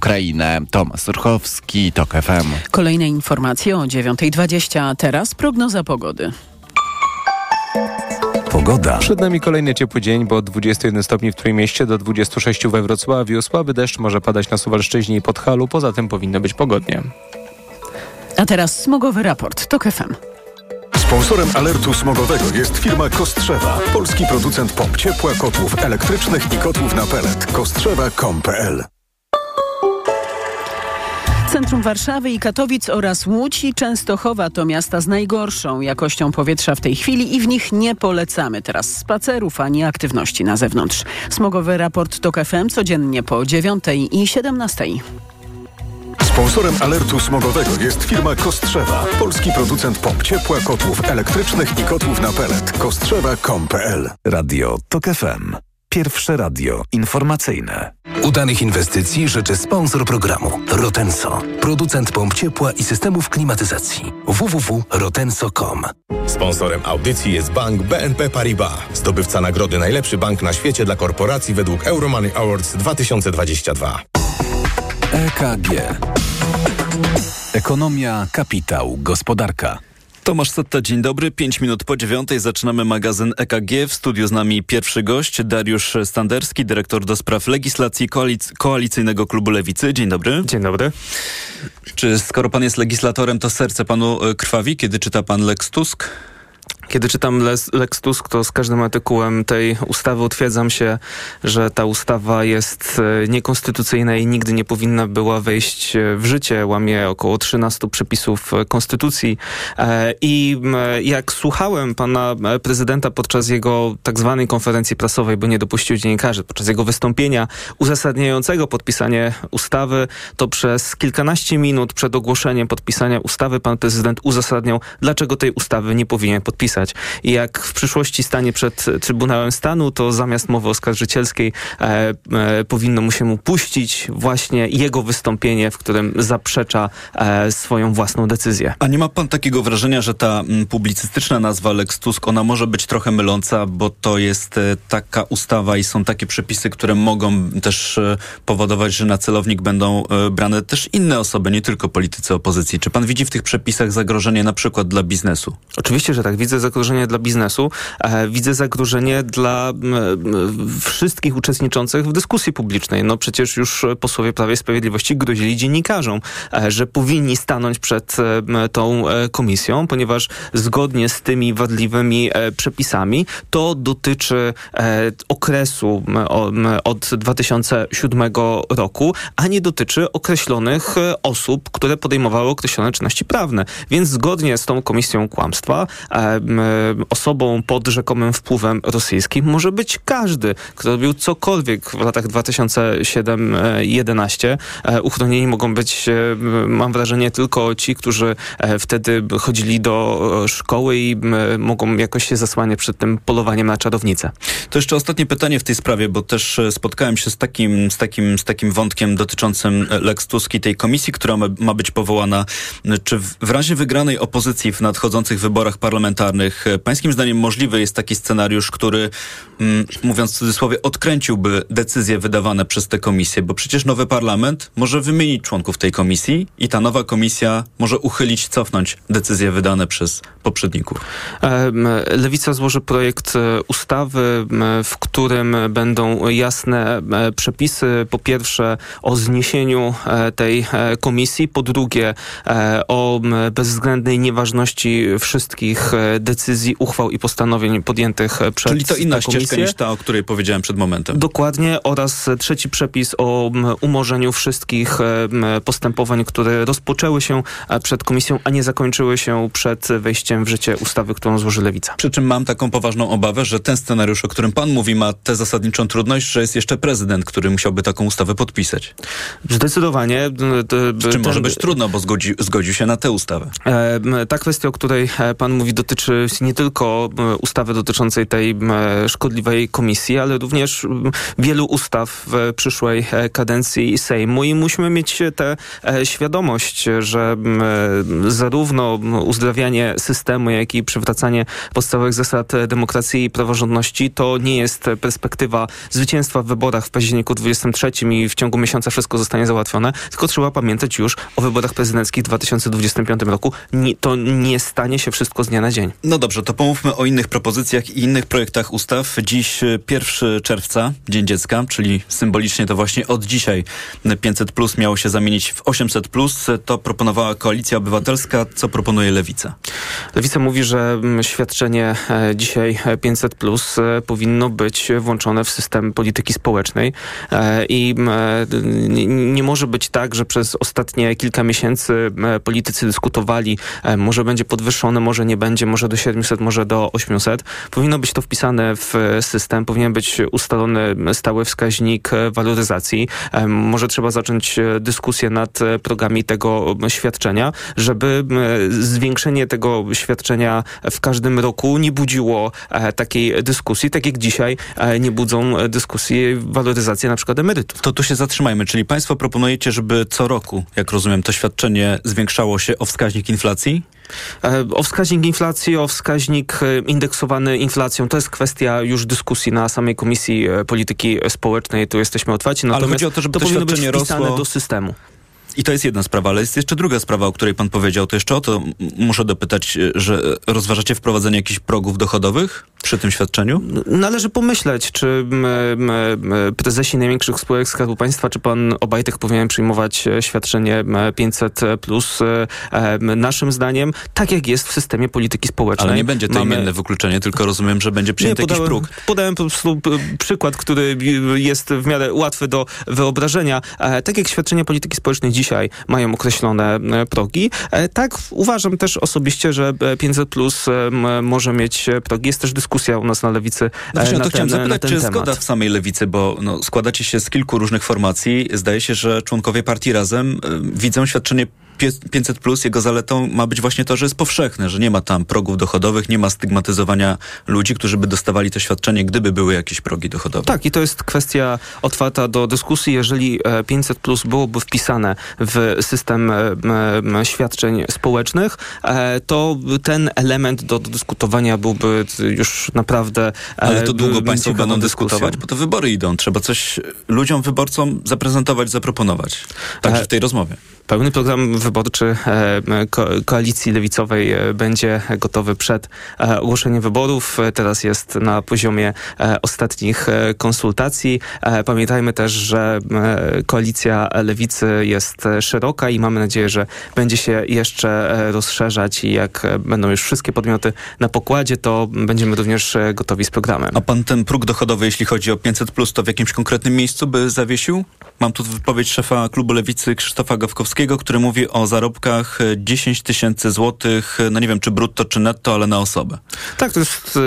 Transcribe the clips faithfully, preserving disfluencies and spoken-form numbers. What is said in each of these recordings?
Ukrainę. Tomasz Surchowski, TOK F M. Kolejne informacje o dziewiąta dwadzieścia, a teraz prognoza pogody. Pogoda. Przed nami kolejny ciepły dzień, bo od dwudziestu jeden stopni w Trójmieście do dwudziestu sześciu we Wrocławiu. Słaby deszcz może padać na Suwalszczyźnie i Podhalu, poza tym powinno być pogodnie. A teraz smogowy raport TOK F M. Sponsorem alertu smogowego jest firma Kostrzewa, polski producent pomp ciepła, kotłów elektrycznych i kotłów na pelet. kostrzewa kropka com kropka p l. Centrum Warszawy i Katowic oraz Łódź i Częstochowa to miasta z najgorszą jakością powietrza w tej chwili i w nich nie polecamy teraz spacerów ani aktywności na zewnątrz. Smogowy raport TOK F M codziennie po dziewiątej i siedemnastej. Sponsorem alertu smogowego jest firma Kostrzewa, polski producent pomp ciepła, kotłów elektrycznych i kotłów na pelet. kostrzewa kropka com kropka p l. Radio TOK F M. Pierwsze radio informacyjne. Udanych inwestycji życzy sponsor programu Rotenso, producent pomp ciepła i systemów klimatyzacji. w w w kropka rotenso kropka com. Sponsorem audycji jest bank B N P Paribas, zdobywca nagrody Najlepszy Bank na świecie dla korporacji według Euromoney Awards dwa tysiące dwadzieścia dwa. E K G. Ekonomia, kapitał, gospodarka. Tomasz Setta, dzień dobry. Pięć minut po dziewiątej zaczynamy magazyn E K G. W studiu z nami pierwszy gość, Dariusz Standerski, dyrektor do spraw legislacji Koalic- Koalicyjnego Klubu Lewicy. Dzień dobry. Dzień dobry. Czy skoro pan jest legislatorem, to serce panu krwawi, kiedy czyta pan Lex Tusk? Kiedy czytam Lex Tusk, to z każdym artykułem tej ustawy utwierdzam się, że ta ustawa jest niekonstytucyjna i nigdy nie powinna była wejść w życie. Łamie około trzynastu przepisów konstytucji. I jak słuchałem pana prezydenta podczas jego tak zwanej konferencji prasowej, bo nie dopuścił dziennikarzy, podczas jego wystąpienia uzasadniającego podpisanie ustawy, to przez kilkanaście minut przed ogłoszeniem podpisania ustawy pan prezydent uzasadniał, dlaczego tej ustawy nie powinien podpisać. I jak w przyszłości stanie przed Trybunałem Stanu, to zamiast mowy oskarżycielskiej e, e, powinno mu się mu puścić właśnie jego wystąpienie, w którym zaprzecza e, swoją własną decyzję. A nie ma pan takiego wrażenia, że ta m, publicystyczna nazwa Lex Tusk, ona może być trochę myląca, bo to jest e, taka ustawa i są takie przepisy, które mogą też e, powodować, że na celownik będą e, brane też inne osoby, nie tylko politycy opozycji. Czy pan widzi w tych przepisach zagrożenie na przykład dla biznesu? Oczywiście, że tak. Widzę zagrożenie dla biznesu. E, widzę zagrożenie dla e, wszystkich uczestniczących w dyskusji publicznej. No przecież już posłowie Prawa i Sprawiedliwości grozili dziennikarzom, e, że powinni stanąć przed e, tą e, komisją, ponieważ zgodnie z tymi wadliwymi e, przepisami to dotyczy e, okresu e, o, e, od dwa tysiące siódmego roku, a nie dotyczy określonych e, osób, które podejmowały określone czynności prawne. Więc zgodnie z tą komisją kłamstwa e, osobą pod rzekomym wpływem rosyjskim może być każdy, kto robił cokolwiek w latach dwa tysiące siódmy do jedenastego. Uchronieni mogą być, mam wrażenie, tylko ci, którzy wtedy chodzili do szkoły i mogą jakoś się zasłaniać przed tym polowaniem na czarownicę. To jeszcze ostatnie pytanie w tej sprawie, bo też spotkałem się z takim, z takim, z takim wątkiem dotyczącym Lex Tusk i tej komisji, która ma, ma być powołana. Czy w, w razie wygranej opozycji w nadchodzących wyborach parlamentarnych pańskim zdaniem możliwy jest taki scenariusz, który, mm, mówiąc w cudzysłowie, odkręciłby decyzje wydawane przez tę komisję? Bo przecież nowy parlament może wymienić członków tej komisji i ta nowa komisja może uchylić, cofnąć decyzje wydane przez poprzedników. Lewica złoży projekt ustawy, w którym będą jasne przepisy. Po pierwsze o zniesieniu tej komisji, po drugie o bezwzględnej nieważności wszystkich decyzji, uchwał i postanowień podjętych przez Czyli to inna komisję. ścieżka niż ta, o której powiedziałem przed momentem. Dokładnie. Oraz trzeci przepis o umorzeniu wszystkich postępowań, które rozpoczęły się przed komisją, a nie zakończyły się przed wejściem w życie ustawy, którą złoży Lewica. Przy czym mam taką poważną obawę, że ten scenariusz, o którym pan mówi, ma tę zasadniczą trudność, że jest jeszcze prezydent, który musiałby taką ustawę podpisać. Zdecydowanie. Z czym może być trudno, bo zgodzi, zgodził się na tę ustawę. Ta kwestia, o której pan mówi, dotyczy nie tylko ustawy dotyczącej tej szkodliwej komisji, ale również wielu ustaw w przyszłej kadencji Sejmu i musimy mieć tę świadomość, że zarówno uzdrawianie systemu, jak i przywracanie podstawowych zasad demokracji i praworządności to nie jest perspektywa zwycięstwa w wyborach w październiku dwudziestym trzecim i w ciągu miesiąca wszystko zostanie załatwione, tylko trzeba pamiętać już o wyborach prezydenckich w dwa tysiące dwudziestym piątym roku. Nie, to nie stanie się wszystko z dnia na dzień. No dobrze, to pomówmy o innych propozycjach i innych projektach ustaw. Dziś pierwszego czerwca, Dzień Dziecka, czyli symbolicznie to właśnie od dzisiaj pięćset plus miało się zamienić w osiemset plus. To proponowała Koalicja Obywatelska. Co proponuje Lewica? Lewica mówi, że świadczenie dzisiaj pięćset plus powinno być włączone w system polityki społecznej i nie może być tak, że przez ostatnie kilka miesięcy politycy dyskutowali, może będzie podwyższone, może nie będzie, może do siedmiuset, może do ośmiuset. Powinno być to wpisane w system, powinien być ustalony stały wskaźnik waloryzacji. Może trzeba zacząć dyskusję nad progami tego świadczenia, żeby zwiększenie tego świadczenia w każdym roku nie budziło takiej dyskusji, tak jak dzisiaj nie budzą dyskusji waloryzacji na przykład emerytów. To tu się zatrzymajmy, czyli państwo proponujecie, żeby co roku, jak rozumiem, to świadczenie zwiększało się o wskaźnik inflacji? O wskaźnik inflacji, o wskaźnik indeksowany inflacją, to jest kwestia już dyskusji na samej Komisji Polityki Społecznej, tu jesteśmy otwarci, natomiast ale chodzi o to, żeby to, to powinno być wpisane rosło do systemu. I to jest jedna sprawa, ale jest jeszcze druga sprawa, o której pan powiedział. To jeszcze o to muszę dopytać, że rozważacie wprowadzenie jakichś progów dochodowych przy tym świadczeniu? Należy pomyśleć, czy m, m, prezesi największych spółek Skarbu Państwa, czy pan Obajtek powinien przyjmować świadczenie pięćset plus. Naszym zdaniem, tak jak jest w systemie polityki społecznej. Ale nie będzie to Mamy... imienne wykluczenie, tylko rozumiem, że będzie przyjęty nie, podałem, jakiś próg. Podałem po prostu przykład, który jest w miarę łatwy do wyobrażenia. Tak jak świadczenia polityki społecznej dzisiaj mają określone progi, tak uważam też osobiście, że pięćset plus może mieć progi. Jest też dyskusja u nas na Lewicy no właśnie, na to ten, chciałem zapytać, na ten czy temat. zgoda w samej Lewicy, bo no, składacie się z kilku różnych formacji. Zdaje się, że członkowie partii Razem y, widzą świadczenie pięćset plus, jego zaletą ma być właśnie to, że jest powszechne, że nie ma tam progów dochodowych, nie ma stygmatyzowania ludzi, którzy by dostawali to świadczenie, gdyby były jakieś progi dochodowe. Tak, i to jest kwestia otwarta do dyskusji. Jeżeli pięćset plus byłoby wpisane w system świadczeń społecznych, to ten element do, do dyskutowania byłby już naprawdę... Ale to długo państwo będą dyskutować, bo to wybory idą. Trzeba coś ludziom, wyborcom zaprezentować, zaproponować. Także w tej rozmowie. Pełny program wyborczy ko- koalicji lewicowej będzie gotowy przed ogłoszeniem wyborów. Teraz jest na poziomie ostatnich konsultacji. Pamiętajmy też, że koalicja lewicy jest szeroka i mamy nadzieję, że będzie się jeszcze rozszerzać i jak będą już wszystkie podmioty na pokładzie, to będziemy również gotowi z programem. A pan ten próg dochodowy, jeśli chodzi o pięćset plus, to w jakimś konkretnym miejscu by zawiesił? Mam tu wypowiedź szefa klubu Lewicy Krzysztofa Gawkowskiego, który mówi o zarobkach dziesięć tysięcy złotych, no nie wiem czy brutto, czy netto, ale na osobę. Tak, to jest,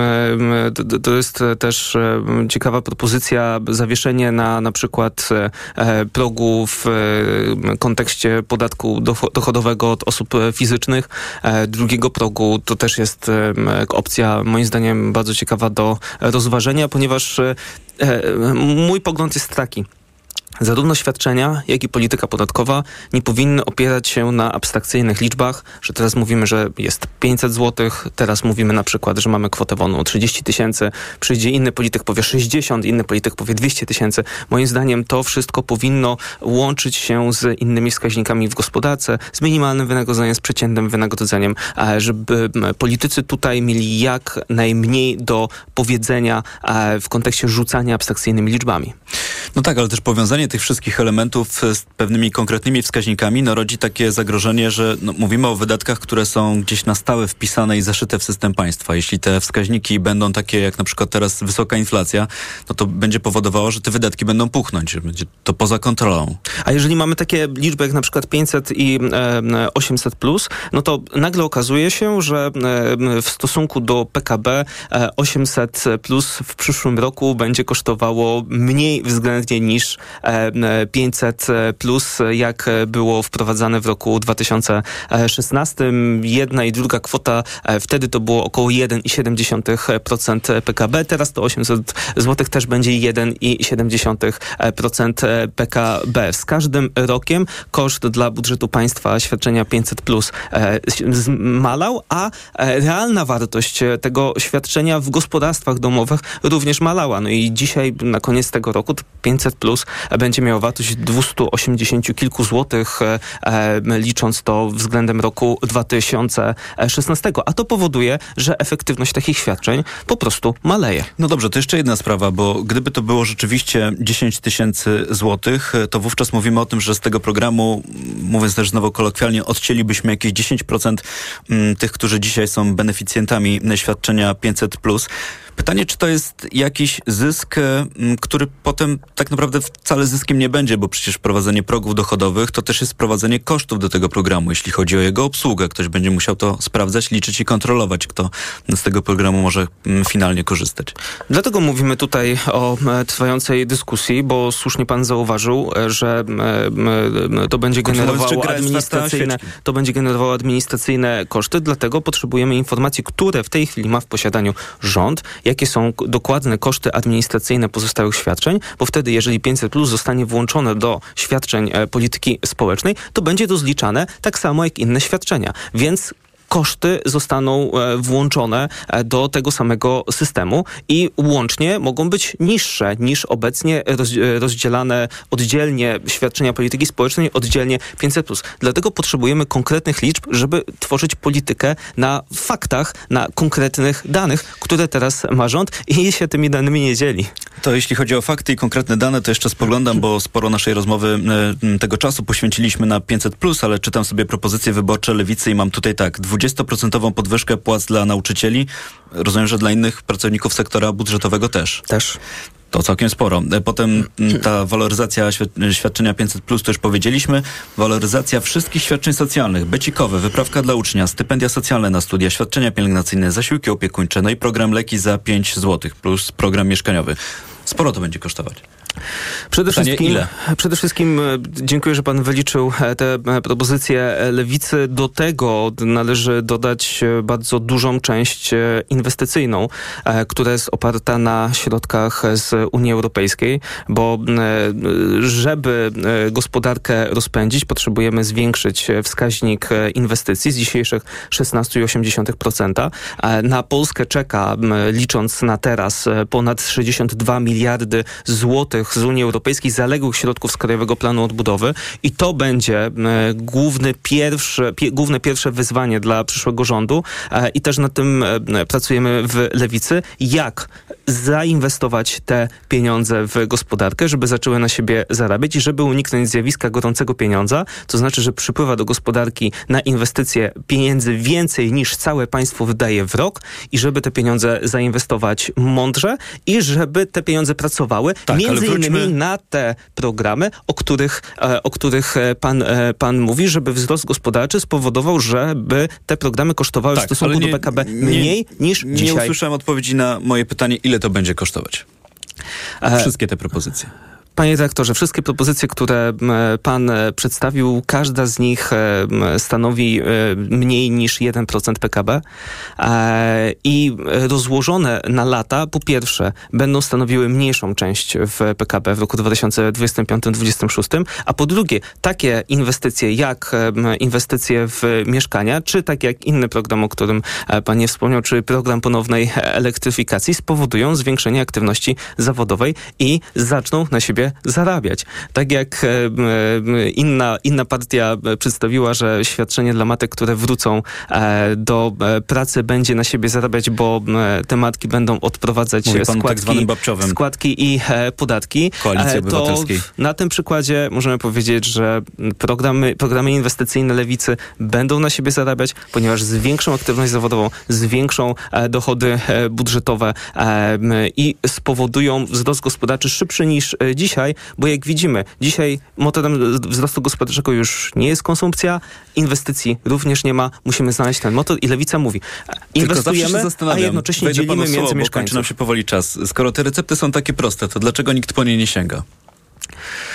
to jest też ciekawa propozycja, zawieszenie na na przykład progu w kontekście podatku dochodowego od osób fizycznych. Drugiego progu to też jest opcja moim zdaniem bardzo ciekawa do rozważenia, ponieważ mój pogląd jest taki. Zarówno świadczenia, jak i polityka podatkowa nie powinny opierać się na abstrakcyjnych liczbach, że teraz mówimy, że jest pięćset złotych, teraz mówimy na przykład, że mamy kwotę wolną trzydzieści tysięcy, przyjdzie inny polityk, powie sześćdziesiąt, inny polityk powie dwieście tysięcy. Moim zdaniem to wszystko powinno łączyć się z innymi wskaźnikami w gospodarce, z minimalnym wynagrodzeniem, z przeciętnym wynagrodzeniem, żeby politycy tutaj mieli jak najmniej do powiedzenia w kontekście rzucania abstrakcyjnymi liczbami. No tak, ale też powiązanie tych wszystkich elementów z pewnymi konkretnymi wskaźnikami no, rodzi takie zagrożenie, że no, mówimy o wydatkach, które są gdzieś na stałe wpisane i zaszyte w system państwa. Jeśli te wskaźniki będą takie jak na przykład teraz wysoka inflacja, no to będzie powodowało, że te wydatki będą puchnąć, że będzie to poza kontrolą. A jeżeli mamy takie liczby jak na przykład pięćset i e, osiemset plus, no to nagle okazuje się, że e, w stosunku do P K B e, osiemset plus w przyszłym roku będzie kosztowało mniej względnie niż pięćset plus, jak było wprowadzane w roku dwa tysiące szesnastym. Jedna i druga kwota, wtedy to było około jeden i siedem procent P K B, teraz to osiemset złotych też będzie jeden i siedem procent P K B. Z każdym rokiem koszt dla budżetu państwa świadczenia pięćset plus malał, a realna wartość tego świadczenia w gospodarstwach domowych również malała. No i dzisiaj na koniec tego roku pięćset plus będzie miało wartość dwieście osiemdziesiąt kilku złotych, licząc to względem roku dwa tysiące szesnastego. A to powoduje, że efektywność takich świadczeń po prostu maleje. No dobrze, to jeszcze jedna sprawa, bo gdyby to było rzeczywiście dziesięć tysięcy złotych, to wówczas mówimy o tym, że z tego programu, mówiąc też znowu kolokwialnie, odcięlibyśmy jakieś dziesięć procent tych, którzy dzisiaj są beneficjentami świadczenia pięćset plus. Pytanie, czy to jest jakiś zysk, który potem tak naprawdę wcale zyskiem nie będzie, bo przecież wprowadzenie progów dochodowych to też jest wprowadzenie kosztów do tego programu, jeśli chodzi o jego obsługę. Ktoś będzie musiał to sprawdzać, liczyć i kontrolować, kto z tego programu może finalnie korzystać. Dlatego mówimy tutaj o trwającej dyskusji, bo słusznie pan zauważył, że to będzie generowało administracyjne, to będzie generowało administracyjne koszty, dlatego potrzebujemy informacji, które w tej chwili ma w posiadaniu rząd, jakie są dokładne koszty administracyjne pozostałych świadczeń, bo wtedy, jeżeli pięćset plus zostanie włączone do świadczeń polityki społecznej, to będzie to zliczane tak samo jak inne świadczenia. Więc koszty zostaną włączone do tego samego systemu i łącznie mogą być niższe niż obecnie rozdzielane oddzielnie świadczenia polityki społecznej, oddzielnie pięćset plus. Dlatego potrzebujemy konkretnych liczb, żeby tworzyć politykę na faktach, na konkretnych danych, które teraz ma rząd i się tymi danymi nie dzieli. To jeśli chodzi o fakty i konkretne dane, to jeszcze spoglądam, bo sporo naszej rozmowy tego czasu poświęciliśmy na pięćset plus, ale czytam sobie propozycje wyborcze Lewicy i mam tutaj tak, dwudziestoprocentową podwyżkę płac dla nauczycieli. Rozumiem, że dla innych pracowników sektora budżetowego też. Też. To całkiem sporo. Potem ta waloryzacja świadczenia pięćset plus, to już powiedzieliśmy. Waloryzacja wszystkich świadczeń socjalnych, becikowe, wyprawka dla ucznia, stypendia socjalne na studia, świadczenia pielęgnacyjne, zasiłki opiekuńcze, no i program leki za pięć złotych plus program mieszkaniowy. Sporo to będzie kosztować. Przede wszystkim, ile? przede wszystkim dziękuję, że pan wyliczył te propozycje Lewicy. Do tego należy dodać bardzo dużą część inwestycyjną, która jest oparta na środkach z Unii Europejskiej, bo żeby gospodarkę rozpędzić, potrzebujemy zwiększyć wskaźnik inwestycji z dzisiejszych szesnaście przecinek osiem procent. Na Polskę czeka, licząc na teraz, ponad sześćdziesiąt dwa miliardy złotych z Unii Europejskiej, zaległych środków z Krajowego Planu Odbudowy i to będzie e, główny pierwszy, pie, główne pierwsze wyzwanie dla przyszłego rządu e, i też nad tym e, pracujemy w Lewicy, jak zainwestować te pieniądze w gospodarkę, żeby zaczęły na siebie zarabiać i żeby uniknąć zjawiska gorącego pieniądza, to znaczy, że przypływa do gospodarki na inwestycje pieniędzy więcej niż całe państwo wydaje w rok i żeby te pieniądze zainwestować mądrze i żeby te pieniądze pracowały, tak, między innymi na te programy, o których, o których pan, pan mówi, żeby wzrost gospodarczy spowodował, żeby te programy kosztowały tak, w stosunku nie, do P K B mniej nie, niż nie dzisiaj. Nie usłyszałem odpowiedzi na moje pytanie, ile to będzie kosztować? Wszystkie te propozycje. Panie redaktorze, wszystkie propozycje, które pan przedstawił, każda z nich stanowi mniej niż jeden procent P K B i rozłożone na lata, po pierwsze, będą stanowiły mniejszą część w P K B w roku dwa tysiące dwudziestym piątym do dwudziestego szóstego, a po drugie, takie inwestycje jak inwestycje w mieszkania, czy tak jak inny program, o którym pan nie wspomniał, czy program ponownej elektryfikacji, spowodują zwiększenie aktywności zawodowej i zaczną na siebie zarabiać. Tak jak e, inna, inna partia przedstawiła, że świadczenie dla matek, które wrócą e, do e, pracy, będzie na siebie zarabiać, bo e, te matki będą odprowadzać składki, tak składki i e, podatki. Koalicji Obywatelskiej. To na tym przykładzie możemy powiedzieć, że programy, programy inwestycyjne Lewicy będą na siebie zarabiać, ponieważ zwiększą aktywność zawodową, zwiększą e, dochody e, budżetowe e, i spowodują wzrost gospodarczy szybszy niż e, dzisiaj, bo jak widzimy, dzisiaj motorem wzrostu gospodarczego już nie jest konsumpcja, inwestycji również nie ma, musimy znaleźć ten motor i Lewica mówi, inwestujemy, a jednocześnie dzielimy między słowo, mieszkańców. Kończy nam się powoli czas. Skoro te recepty są takie proste, to dlaczego nikt po nie nie sięga?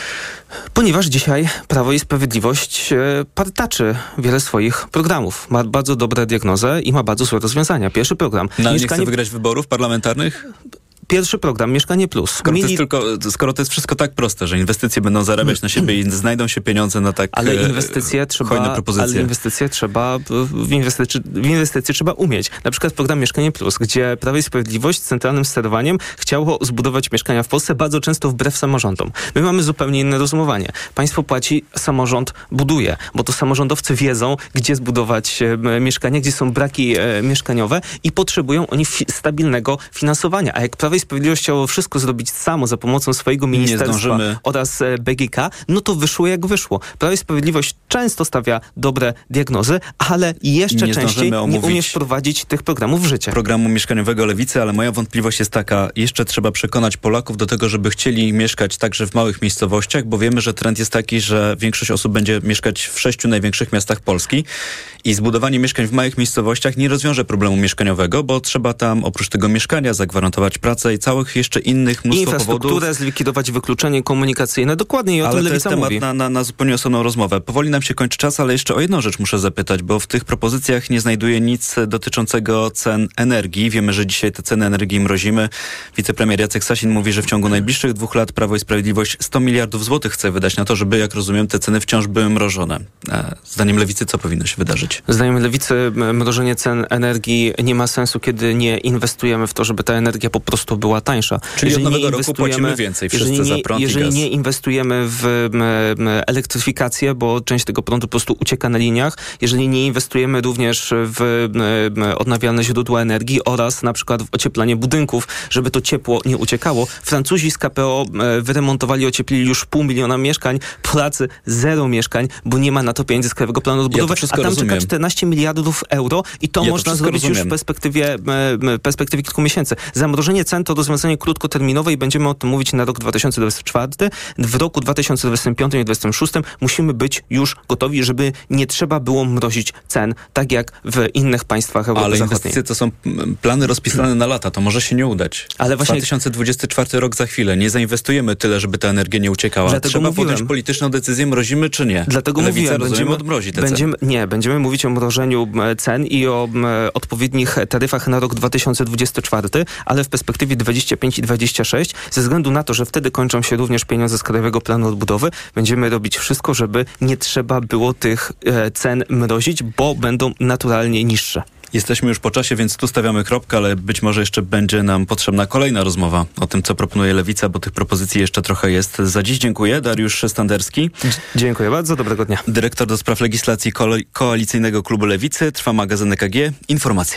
Ponieważ dzisiaj Prawo i Sprawiedliwość partaczy wiele swoich programów. Ma bardzo dobre diagnozę i ma bardzo złe rozwiązania. Pierwszy program. No, Mieszkanie... nie chce wygrać wyborów parlamentarnych? Pierwszy program, Mieszkanie Plus. Skoro, Mili... to jest tylko, skoro to jest wszystko tak proste, że inwestycje będą zarabiać na siebie i znajdą się pieniądze na tak ale inwestycje trzeba, hojne propozycje. Ale inwestycje trzeba, w inwestycje, w inwestycje trzeba umieć. Na przykład program Mieszkanie Plus, gdzie Prawo i Sprawiedliwość z centralnym sterowaniem chciało zbudować mieszkania w Polsce, bardzo często wbrew samorządom. My mamy zupełnie inne rozumowanie. Państwo płaci, samorząd buduje, bo to samorządowcy wiedzą, gdzie zbudować e, mieszkania, gdzie są braki e, mieszkaniowe i potrzebują oni fi- stabilnego finansowania. A jak Prawo i Sprawiedliwość chciało wszystko zrobić samo za pomocą swojego ministerstwa oraz B G K, no to wyszło jak wyszło. Prawo i Sprawiedliwość często stawia dobre diagnozy, ale jeszcze nie częściej nie umie wprowadzić tych programów w życie. Programu mieszkaniowego Lewicy, ale moja wątpliwość jest taka, jeszcze trzeba przekonać Polaków do tego, żeby chcieli mieszkać także w małych miejscowościach, bo wiemy, że trend jest taki, że większość osób będzie mieszkać w sześciu największych miastach Polski i zbudowanie mieszkań w małych miejscowościach nie rozwiąże problemu mieszkaniowego, bo trzeba tam oprócz tego mieszkania zagwarantować pracę i całych jeszcze innych mnóstwo infrastrukturę, powodów. zlikwidować wykluczenie komunikacyjne. Dokładnie i o ale tym to Lewica jest temat mówi. na, na, na zupełnie osobną rozmowę. Powoli nam się kończy czas, ale jeszcze o jedną rzecz muszę zapytać, bo w tych propozycjach nie znajduję nic dotyczącego cen energii. Wiemy, że dzisiaj te ceny energii mrozimy. Wicepremier Jacek Sasin mówi, że w ciągu najbliższych dwóch lat Prawo i Sprawiedliwość sto miliardów złotych chce wydać na to, żeby, jak rozumiem, te ceny wciąż były mrożone. Zdaniem Lewicy co powinno się wydarzyć? Zdaniem Lewicy mrożenie cen energii nie ma sensu, kiedy nie inwestujemy w to, żeby ta energia po prostu była tańsza. Czyli jeżeli od nowego roku płacimy więcej wszyscy nie, za prąd Jeżeli i gaz. nie inwestujemy w m, m, elektryfikację, bo część tego prądu po prostu ucieka na liniach, jeżeli nie inwestujemy również w m, odnawialne źródła energii oraz na przykład w ocieplanie budynków, żeby to ciepło nie uciekało. Francuzi z K P O m, wyremontowali, ocieplili już pół miliona mieszkań, Polacy zero mieszkań, bo nie ma na to pieniędzy z Krajowego Planu Odbudowy, ja a tam rozumiem. czeka czternaście miliardów euro i to ja można to zrobić rozumiem. już w perspektywie, m, perspektywie kilku miesięcy. Zamrożenie cen to rozwiązanie krótkoterminowe i będziemy o tym mówić na rok dwa tysiące dwudziesty czwarty. W roku dwa tysiące dwudziestym piątym i dwa tysiące dwudziestym szóstym musimy być już gotowi, żeby nie trzeba było mrozić cen, tak jak w innych państwach Europy Ale Zachodniej. inwestycje to są plany rozpisane na lata, to może się nie udać. Ale właśnie dwa tysiące dwudziesty czwarty rok za chwilę. Nie zainwestujemy tyle, żeby ta energia nie uciekała. Dlatego Trzeba mówiłem. podjąć polityczną decyzję, mrozimy czy nie. Dlatego Lewica, mówiłem, rozumiem, będziemy, odmrozi te będziemy, ceny. Nie, będziemy mówić o mrożeniu cen i o m, odpowiednich taryfach na rok dwa tysiące dwudziesty czwarty, ale w perspektywie dwudziesty piąty i dwudziesty szósty, ze względu na to, że wtedy kończą się również pieniądze z Krajowego Planu Odbudowy, będziemy robić wszystko, żeby nie trzeba było tych e, cen mrozić, bo będą naturalnie niższe. Jesteśmy już po czasie, więc tu stawiamy kropkę, ale być może jeszcze będzie nam potrzebna kolejna rozmowa o tym, co proponuje Lewica, bo tych propozycji jeszcze trochę jest. Za dziś dziękuję. Dariusz Standerski. Dziękuję bardzo, dobrego dnia. Dyrektor do spraw legislacji ko- Koalicyjnego Klubu Lewicy. Trwa magazyn E K G. Informacje.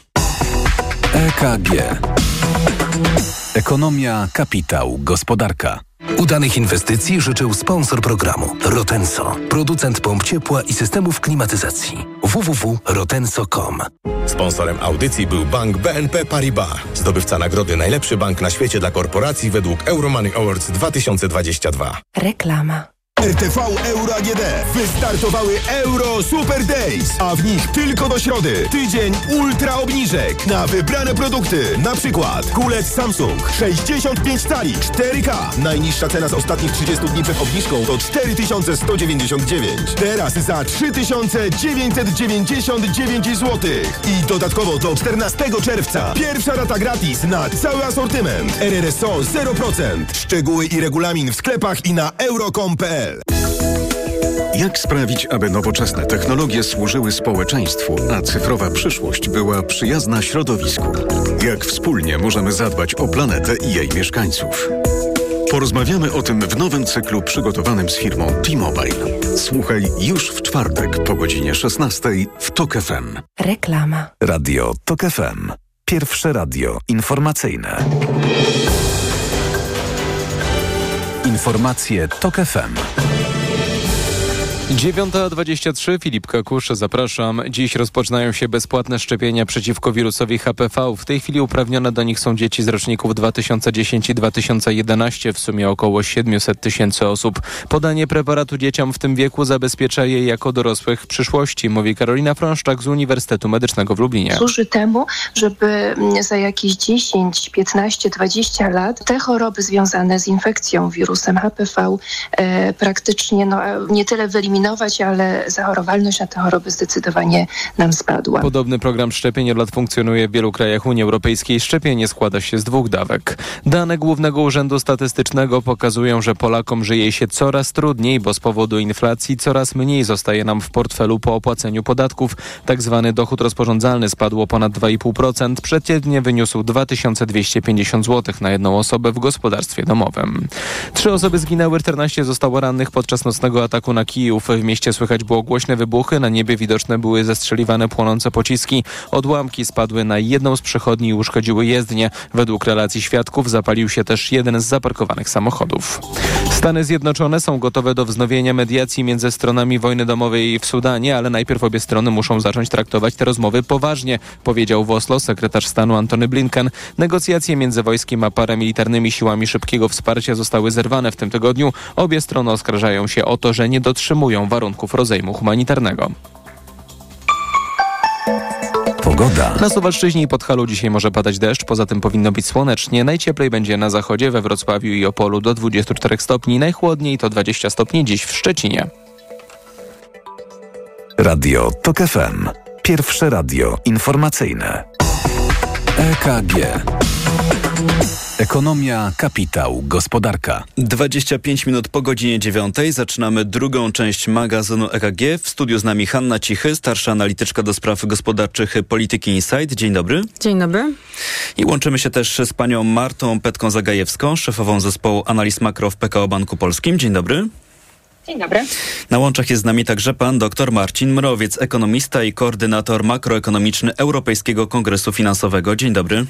E K G. Ekonomia, kapitał, gospodarka. Udanych inwestycji życzył sponsor programu Rotenso, producent pomp ciepła i systemów klimatyzacji. w w w kropka rotenso kropka com. Sponsorem audycji był bank B N P Paribas, zdobywca nagrody Najlepszy Bank na świecie dla korporacji według Euromoney Awards dwa tysiące dwudziesty drugi. Reklama. R T V Euro A G D. Wystartowały Euro Super Days, a w nich tylko do środy tydzień ultra obniżek na wybrane produkty. Na przykład kulec Samsung sześćdziesiąt pięć cali cztery K. Najniższa cena z ostatnich trzydziestu dni przed obniżką to cztery tysiące sto dziewięćdziesiąt dziewięć. Teraz za trzy tysiące dziewięćset dziewięćdziesiąt dziewięć złotych. I dodatkowo do czternastego czerwca pierwsza rata gratis na cały asortyment. R R S O zero procent. Szczegóły i regulamin w sklepach i na euro kropka com kropka p l. Jak sprawić, aby nowoczesne technologie służyły społeczeństwu, a cyfrowa przyszłość była przyjazna środowisku? Jak wspólnie możemy zadbać o planetę i jej mieszkańców? Porozmawiamy o tym w nowym cyklu przygotowanym z firmą T-Mobile. Słuchaj już w czwartek po godzinie szesnastej w TOK F M. Reklama. Radio TOK F M. Pierwsze radio informacyjne. Informacje TOK F M. dziewiąta dwadzieścia trzy, Filip Kakusz, zapraszam. Dziś rozpoczynają się bezpłatne szczepienia przeciwko wirusowi H P V. W tej chwili uprawnione do nich są dzieci z roczników dwa tysiące dziesięć i dwa tysiące jedenaście, w sumie około siedemset tysięcy osób. Podanie preparatu dzieciom w tym wieku zabezpiecza je jako dorosłych w przyszłości, mówi Karolina Frąszczak z Uniwersytetu Medycznego w Lublinie. Służy temu, żeby za jakieś dziesięć, piętnaście, dwadzieścia lat te choroby związane z infekcją wirusem H P V e, praktycznie no, nie tyle wyeliminować, ale zachorowalność na te choroby zdecydowanie nam spadła. Podobny program szczepień od lat funkcjonuje w wielu krajach Unii Europejskiej. Szczepienie składa się z dwóch dawek. Dane Głównego Urzędu Statystycznego pokazują, że Polakom żyje się coraz trudniej, bo z powodu inflacji coraz mniej zostaje nam w portfelu po opłaceniu podatków. Tak zwany dochód rozporządzalny spadł o ponad dwa i pół procent. Przeciętnie wyniósł dwa tysiące dwieście pięćdziesiąt złotych na jedną osobę w gospodarstwie domowym. Trzy osoby zginęły, czternaście zostało rannych podczas nocnego ataku na Kijów. W mieście słychać było głośne wybuchy, na niebie widoczne były zestrzeliwane płonące pociski. Odłamki spadły na jedną z przechodni i uszkodziły jezdnię. Według relacji świadków zapalił się też jeden z zaparkowanych samochodów. Stany Zjednoczone są gotowe do wznowienia mediacji między stronami wojny domowej w Sudanie, ale najpierw obie strony muszą zacząć traktować te rozmowy poważnie, powiedział w Oslo sekretarz stanu Antony Blinken. Negocjacje między wojskiem a paramilitarnymi siłami szybkiego wsparcia zostały zerwane w tym tygodniu. Obie strony oskarżają się o to, że nie dotrzymują warunków rozejmu humanitarnego. Pogoda. Na Suwalszczyźnie i Podhalu dzisiaj może padać deszcz, poza tym powinno być słonecznie. Najcieplej będzie na zachodzie, we Wrocławiu i Opolu do dwudziestu czterech stopni, najchłodniej to dwadzieścia stopni dziś w Szczecinie. Radio TOK F M. Pierwsze radio informacyjne. E K G. Ekonomia, kapitał, gospodarka. dwadzieścia pięć minut po godzinie dziewiątej zaczynamy drugą część magazynu E K G. W studiu z nami Hanna Cichy, starsza analityczka do spraw gospodarczych Polityki Insight. Dzień dobry. Dzień dobry. I łączymy się też z panią Martą Petką-Zagajewską, szefową zespołu analiz makro w P K O Banku Polskim. Dzień dobry. Dzień dobry. Na łączach jest z nami także pan dr Marcin Mrowiec, ekonomista i koordynator makroekonomiczny Europejskiego Kongresu Finansowego. Dzień dobry.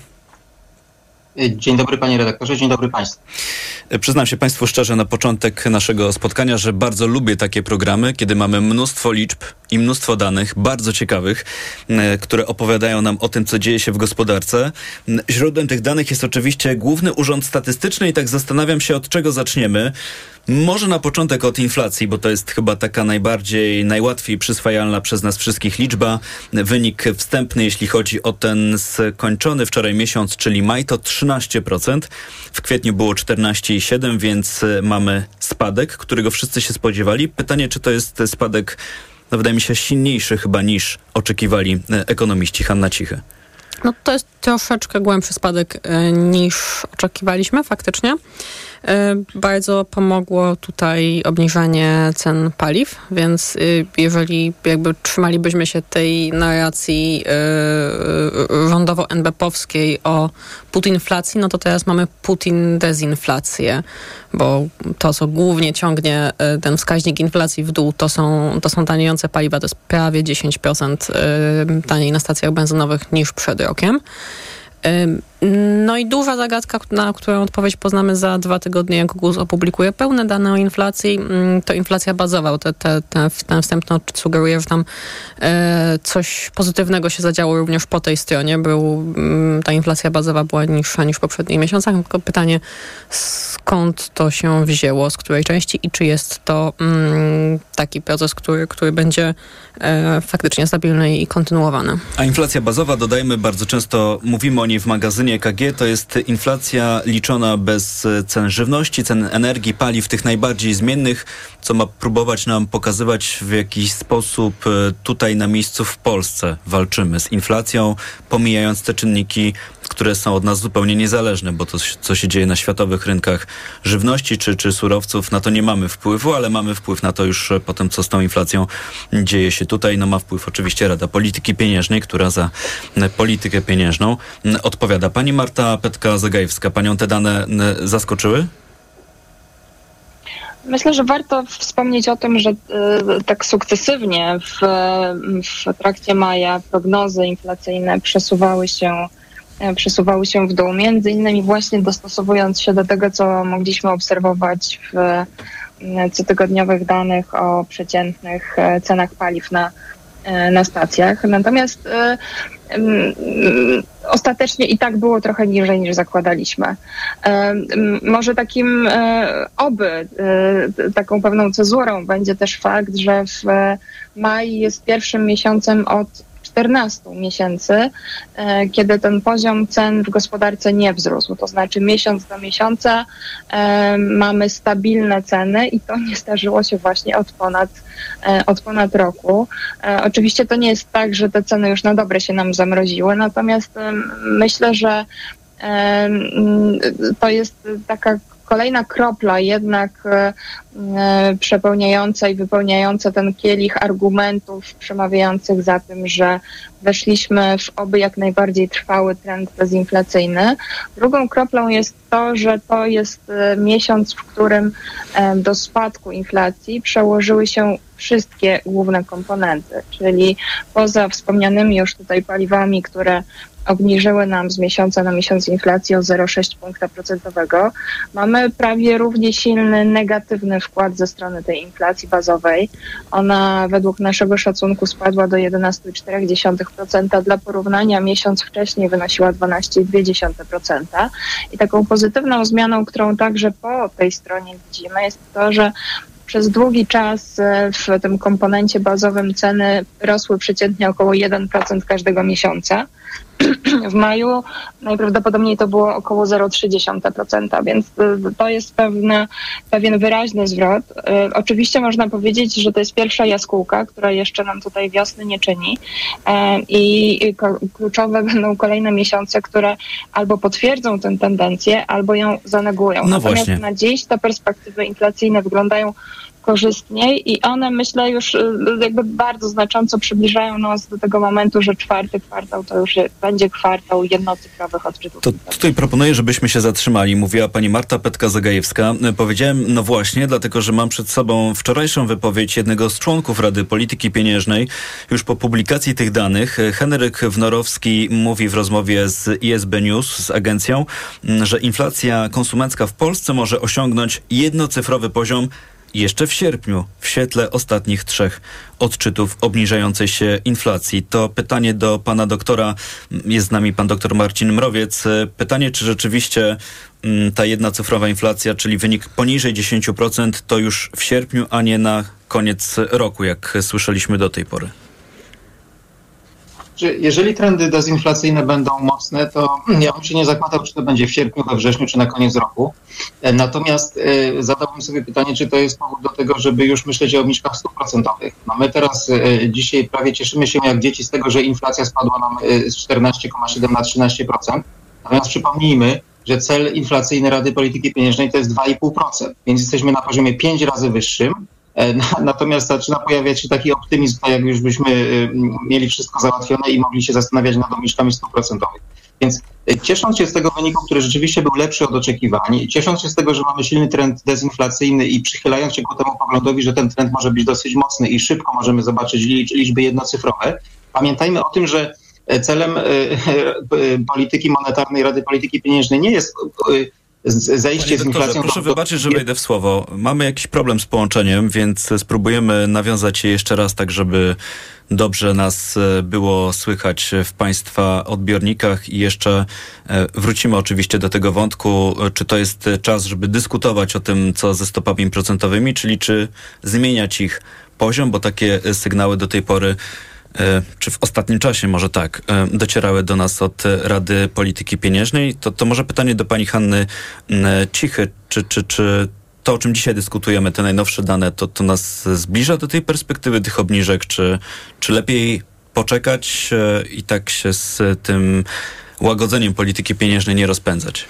Dzień dobry panie redaktorze, dzień dobry państwu. Przyznam się państwu szczerze na początek naszego spotkania, że bardzo lubię takie programy, kiedy mamy mnóstwo liczb i mnóstwo danych, bardzo ciekawych, które opowiadają nam o tym, co dzieje się w gospodarce. Źródłem tych danych jest oczywiście Główny Urząd Statystyczny i tak zastanawiam się, od czego zaczniemy. Może na początek od inflacji, bo to jest chyba taka najbardziej, najłatwiej przyswajalna przez nas wszystkich liczba. Wynik wstępny, jeśli chodzi o ten skończony wczoraj miesiąc, czyli maj, to trzynaście procent. W kwietniu było czternaście i siedem procent, więc mamy spadek, którego wszyscy się spodziewali. Pytanie, czy to jest spadek, no wydaje mi się, silniejszy chyba niż oczekiwali ekonomiści. Hanna Cichy. No to jest troszeczkę głębszy spadek y, niż oczekiwaliśmy faktycznie. Y, bardzo pomogło tutaj obniżanie cen paliw, więc y, jeżeli jakby trzymalibyśmy się tej narracji y, rządowo-en be pe owskiej o putinflacji, no to teraz mamy putin-dezinflację, bo to, co głównie ciągnie y, ten wskaźnik inflacji w dół, to są, to są taniejące paliwa, to jest prawie dziesięć procent y, taniej na stacjach benzynowych niż przed rokiem. No i duża zagadka, na którą odpowiedź poznamy za dwa tygodnie, jak G U S opublikuje pełne dane o inflacji, to inflacja bazowa. Te, te, te, ten wstępny odczyt sugeruje, że tam e, coś pozytywnego się zadziało również po tej stronie. Był, ta inflacja bazowa była niższa niż w poprzednich miesiącach. Tylko pytanie, skąd to się wzięło, z której części i czy jest to mm, taki proces, który, który będzie e, faktycznie stabilny i kontynuowany. A inflacja bazowa, dodajmy, bardzo często mówimy o niej w magazynie E K G, to jest inflacja liczona bez cen żywności, cen energii, paliw, tych najbardziej zmiennych, co ma próbować nam pokazywać, w jakiś sposób tutaj na miejscu w Polsce walczymy z inflacją, pomijając te czynniki, które są od nas zupełnie niezależne, bo to, co się dzieje na światowych rynkach żywności czy, czy surowców, na to nie mamy wpływu, ale mamy wpływ na to już po tym, co z tą inflacją dzieje się tutaj. No ma wpływ oczywiście Rada Polityki Pieniężnej, która za politykę pieniężną odpowiada. Pani Marta Petka-Zagajewska, panią te dane zaskoczyły? Myślę, że warto wspomnieć o tym, że y, tak sukcesywnie w, w trakcie maja prognozy inflacyjne przesuwały się, przesuwały się w dół, między innymi właśnie dostosowując się do tego, co mogliśmy obserwować w cotygodniowych danych o przeciętnych cenach paliw na, na stacjach. Natomiast ostatecznie i tak było trochę niżej niż zakładaliśmy. Może takim oby taką pewną cezurą będzie też fakt, że w maj jest pierwszym miesiącem od czternastu miesięcy, kiedy ten poziom cen w gospodarce nie wzrósł. To znaczy miesiąc do miesiąca mamy stabilne ceny i to nie zdarzyło się właśnie od ponad, od ponad roku. Oczywiście to nie jest tak, że te ceny już na dobre się nam zamroziły, natomiast myślę, że to jest taka kolejna kropla jednak e, przepełniająca i wypełniająca ten kielich argumentów przemawiających za tym, że weszliśmy w oby jak najbardziej trwały trend dezinflacyjny. Drugą kroplą jest to, że to jest e, miesiąc, w którym e, do spadku inflacji przełożyły się wszystkie główne komponenty, czyli poza wspomnianymi już tutaj paliwami, które obniżyły nam z miesiąca na miesiąc inflację o zero przecinek sześć punkta procentowego. Mamy prawie równie silny negatywny wkład ze strony tej inflacji bazowej. Ona według naszego szacunku spadła do jedenaście przecinek cztery procent. Dla porównania miesiąc wcześniej wynosiła dwanaście przecinek dwa procent. I taką pozytywną zmianą, którą także po tej stronie widzimy, jest to, że przez długi czas w tym komponencie bazowym ceny rosły przeciętnie około jeden procent każdego miesiąca. W maju najprawdopodobniej to było około zero przecinek trzy procent, więc to jest pewne, pewien wyraźny zwrot. Oczywiście można powiedzieć, że to jest pierwsza jaskółka, która jeszcze nam tutaj wiosny nie czyni i kluczowe będą kolejne miesiące, które albo potwierdzą tę tendencję, albo ją zanegują. No Natomiast właśnie. na dziś te perspektywy inflacyjne wyglądają korzystniej i one, myślę, już jakby bardzo znacząco przybliżają nas do tego momentu, że czwarty kwartał to już będzie kwartał jednocyfrowych odczytów. To tutaj proponuję, żebyśmy się zatrzymali. Mówiła pani Marta Petka-Zagajewska. Powiedziałem, no właśnie, dlatego, że mam przed sobą wczorajszą wypowiedź jednego z członków Rady Polityki Pieniężnej. Już po publikacji tych danych Henryk Wnorowski mówi w rozmowie z I S B News, z agencją, że inflacja konsumencka w Polsce może osiągnąć jednocyfrowy poziom jeszcze w sierpniu, w świetle ostatnich trzech odczytów obniżającej się inflacji. To pytanie do pana doktora, jest z nami pan doktor Marcin Mrowiec. Pytanie, czy rzeczywiście m, ta jednocyfrowa inflacja, czyli wynik poniżej dziesięć procent, to już w sierpniu, a nie na koniec roku, jak słyszeliśmy do tej pory. Jeżeli trendy dezinflacyjne będą mocne, to ja bym się nie zakładał, czy to będzie w sierpniu, we wrześniu, czy na koniec roku. Natomiast y, zadałbym sobie pytanie, czy to jest powód do tego, żeby już myśleć o obniżkach stóp procentowych. No my teraz y, dzisiaj prawie cieszymy się jak dzieci z tego, że inflacja spadła nam y, z czternaście przecinek siedem na trzynaście procent. Natomiast przypomnijmy, że cel inflacyjny Rady Polityki Pieniężnej to jest dwa i pół procent, więc jesteśmy na poziomie pięć razy wyższym. Natomiast zaczyna pojawiać się taki optymizm, jak już byśmy mieli wszystko załatwione i mogli się zastanawiać nad obniżkami stóp procentowych. Więc ciesząc się z tego wyniku, który rzeczywiście był lepszy od oczekiwań, ciesząc się z tego, że mamy silny trend dezinflacyjny i przychylając się ku temu poglądowi, że ten trend może być dosyć mocny i szybko możemy zobaczyć liczby jednocyfrowe, pamiętajmy o tym, że celem polityki monetarnej Rady Polityki Pieniężnej nie jest zejście Panie z inflacją. doktorze, proszę wybaczyć, że wejdę w słowo. Mamy jakiś problem z połączeniem, więc spróbujemy nawiązać je jeszcze raz, tak żeby dobrze nas było słychać w państwa odbiornikach i jeszcze wrócimy oczywiście do tego wątku, czy to jest czas, żeby dyskutować o tym, co ze stopami procentowymi, czyli czy zmieniać ich poziom, bo takie sygnały do tej pory, czy w ostatnim czasie może tak, docierały do nas od Rady Polityki Pieniężnej. To, to może pytanie do pani Hanny Cichy, czy, czy, czy to, o czym dzisiaj dyskutujemy, te najnowsze dane, to, to nas zbliża do tej perspektywy tych obniżek, czy, czy lepiej poczekać i tak się z tym łagodzeniem polityki pieniężnej nie rozpędzać?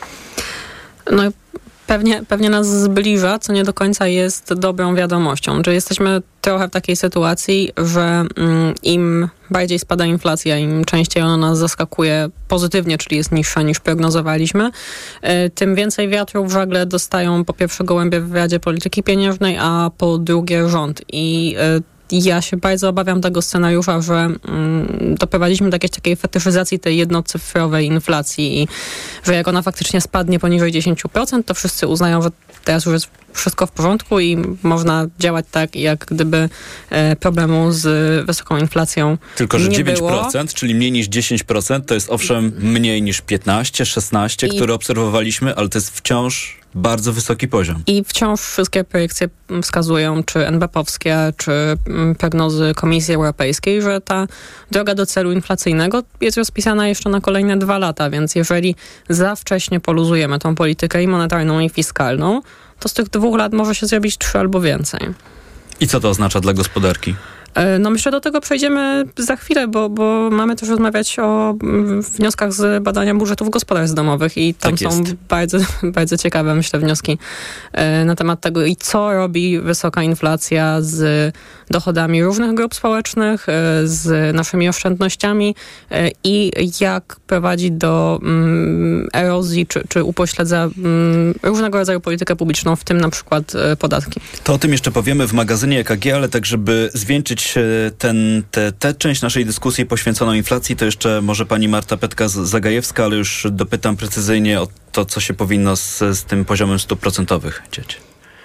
No Pewnie, pewnie nas zbliża, co nie do końca jest dobrą wiadomością. Że jesteśmy trochę w takiej sytuacji, że mm, im bardziej spada inflacja, im częściej ona nas zaskakuje pozytywnie, czyli jest niższa niż prognozowaliśmy, y, tym więcej wiatru w żagle dostają po pierwsze gołębie w Radzie Polityki Pieniężnej, a po drugie rząd. I y, ja się bardzo obawiam tego scenariusza, że mm, doprowadziliśmy do jakiejś takiej fetyszyzacji tej jednocyfrowej inflacji i że jak ona faktycznie spadnie poniżej dziesięć procent, to wszyscy uznają, że teraz już jest wszystko w porządku i można działać tak, jak gdyby e, problemu z wysoką inflacją Tylko, że nie dziewięć procent, było. czyli mniej niż dziesięć procent, to jest owszem mniej niż piętnaście, szesnaście, I... które obserwowaliśmy, ale to jest wciąż bardzo wysoki poziom. I wciąż wszystkie projekcje wskazują, czy en be pe-owskie, czy prognozy Komisji Europejskiej, że ta droga do celu inflacyjnego jest rozpisana jeszcze na kolejne dwa lata, więc jeżeli za wcześnie poluzujemy tą politykę i monetarną, i fiskalną, to z tych dwóch lat może się zrobić trzy albo więcej. I co to oznacza dla gospodarki? No myślę, do tego przejdziemy za chwilę, bo, bo mamy też rozmawiać o wnioskach z badania budżetów gospodarstw domowych i tam Tak są jest. bardzo, bardzo ciekawe, myślę, wnioski na temat tego i co robi wysoka inflacja z dochodami różnych grup społecznych, z naszymi oszczędnościami i jak prowadzi do mm, erozji czy, czy upośledza mm, różnego rodzaju politykę publiczną, w tym na przykład podatki. To o tym jeszcze powiemy w magazynie E K G, ale tak, żeby zwieńczyć ten, te, tę część naszej dyskusji poświęconą inflacji, to jeszcze może pani Marta Petka-Zagajewska, ale już dopytam precyzyjnie o to, co się powinno z, z tym poziomem stóp procentowych dziać.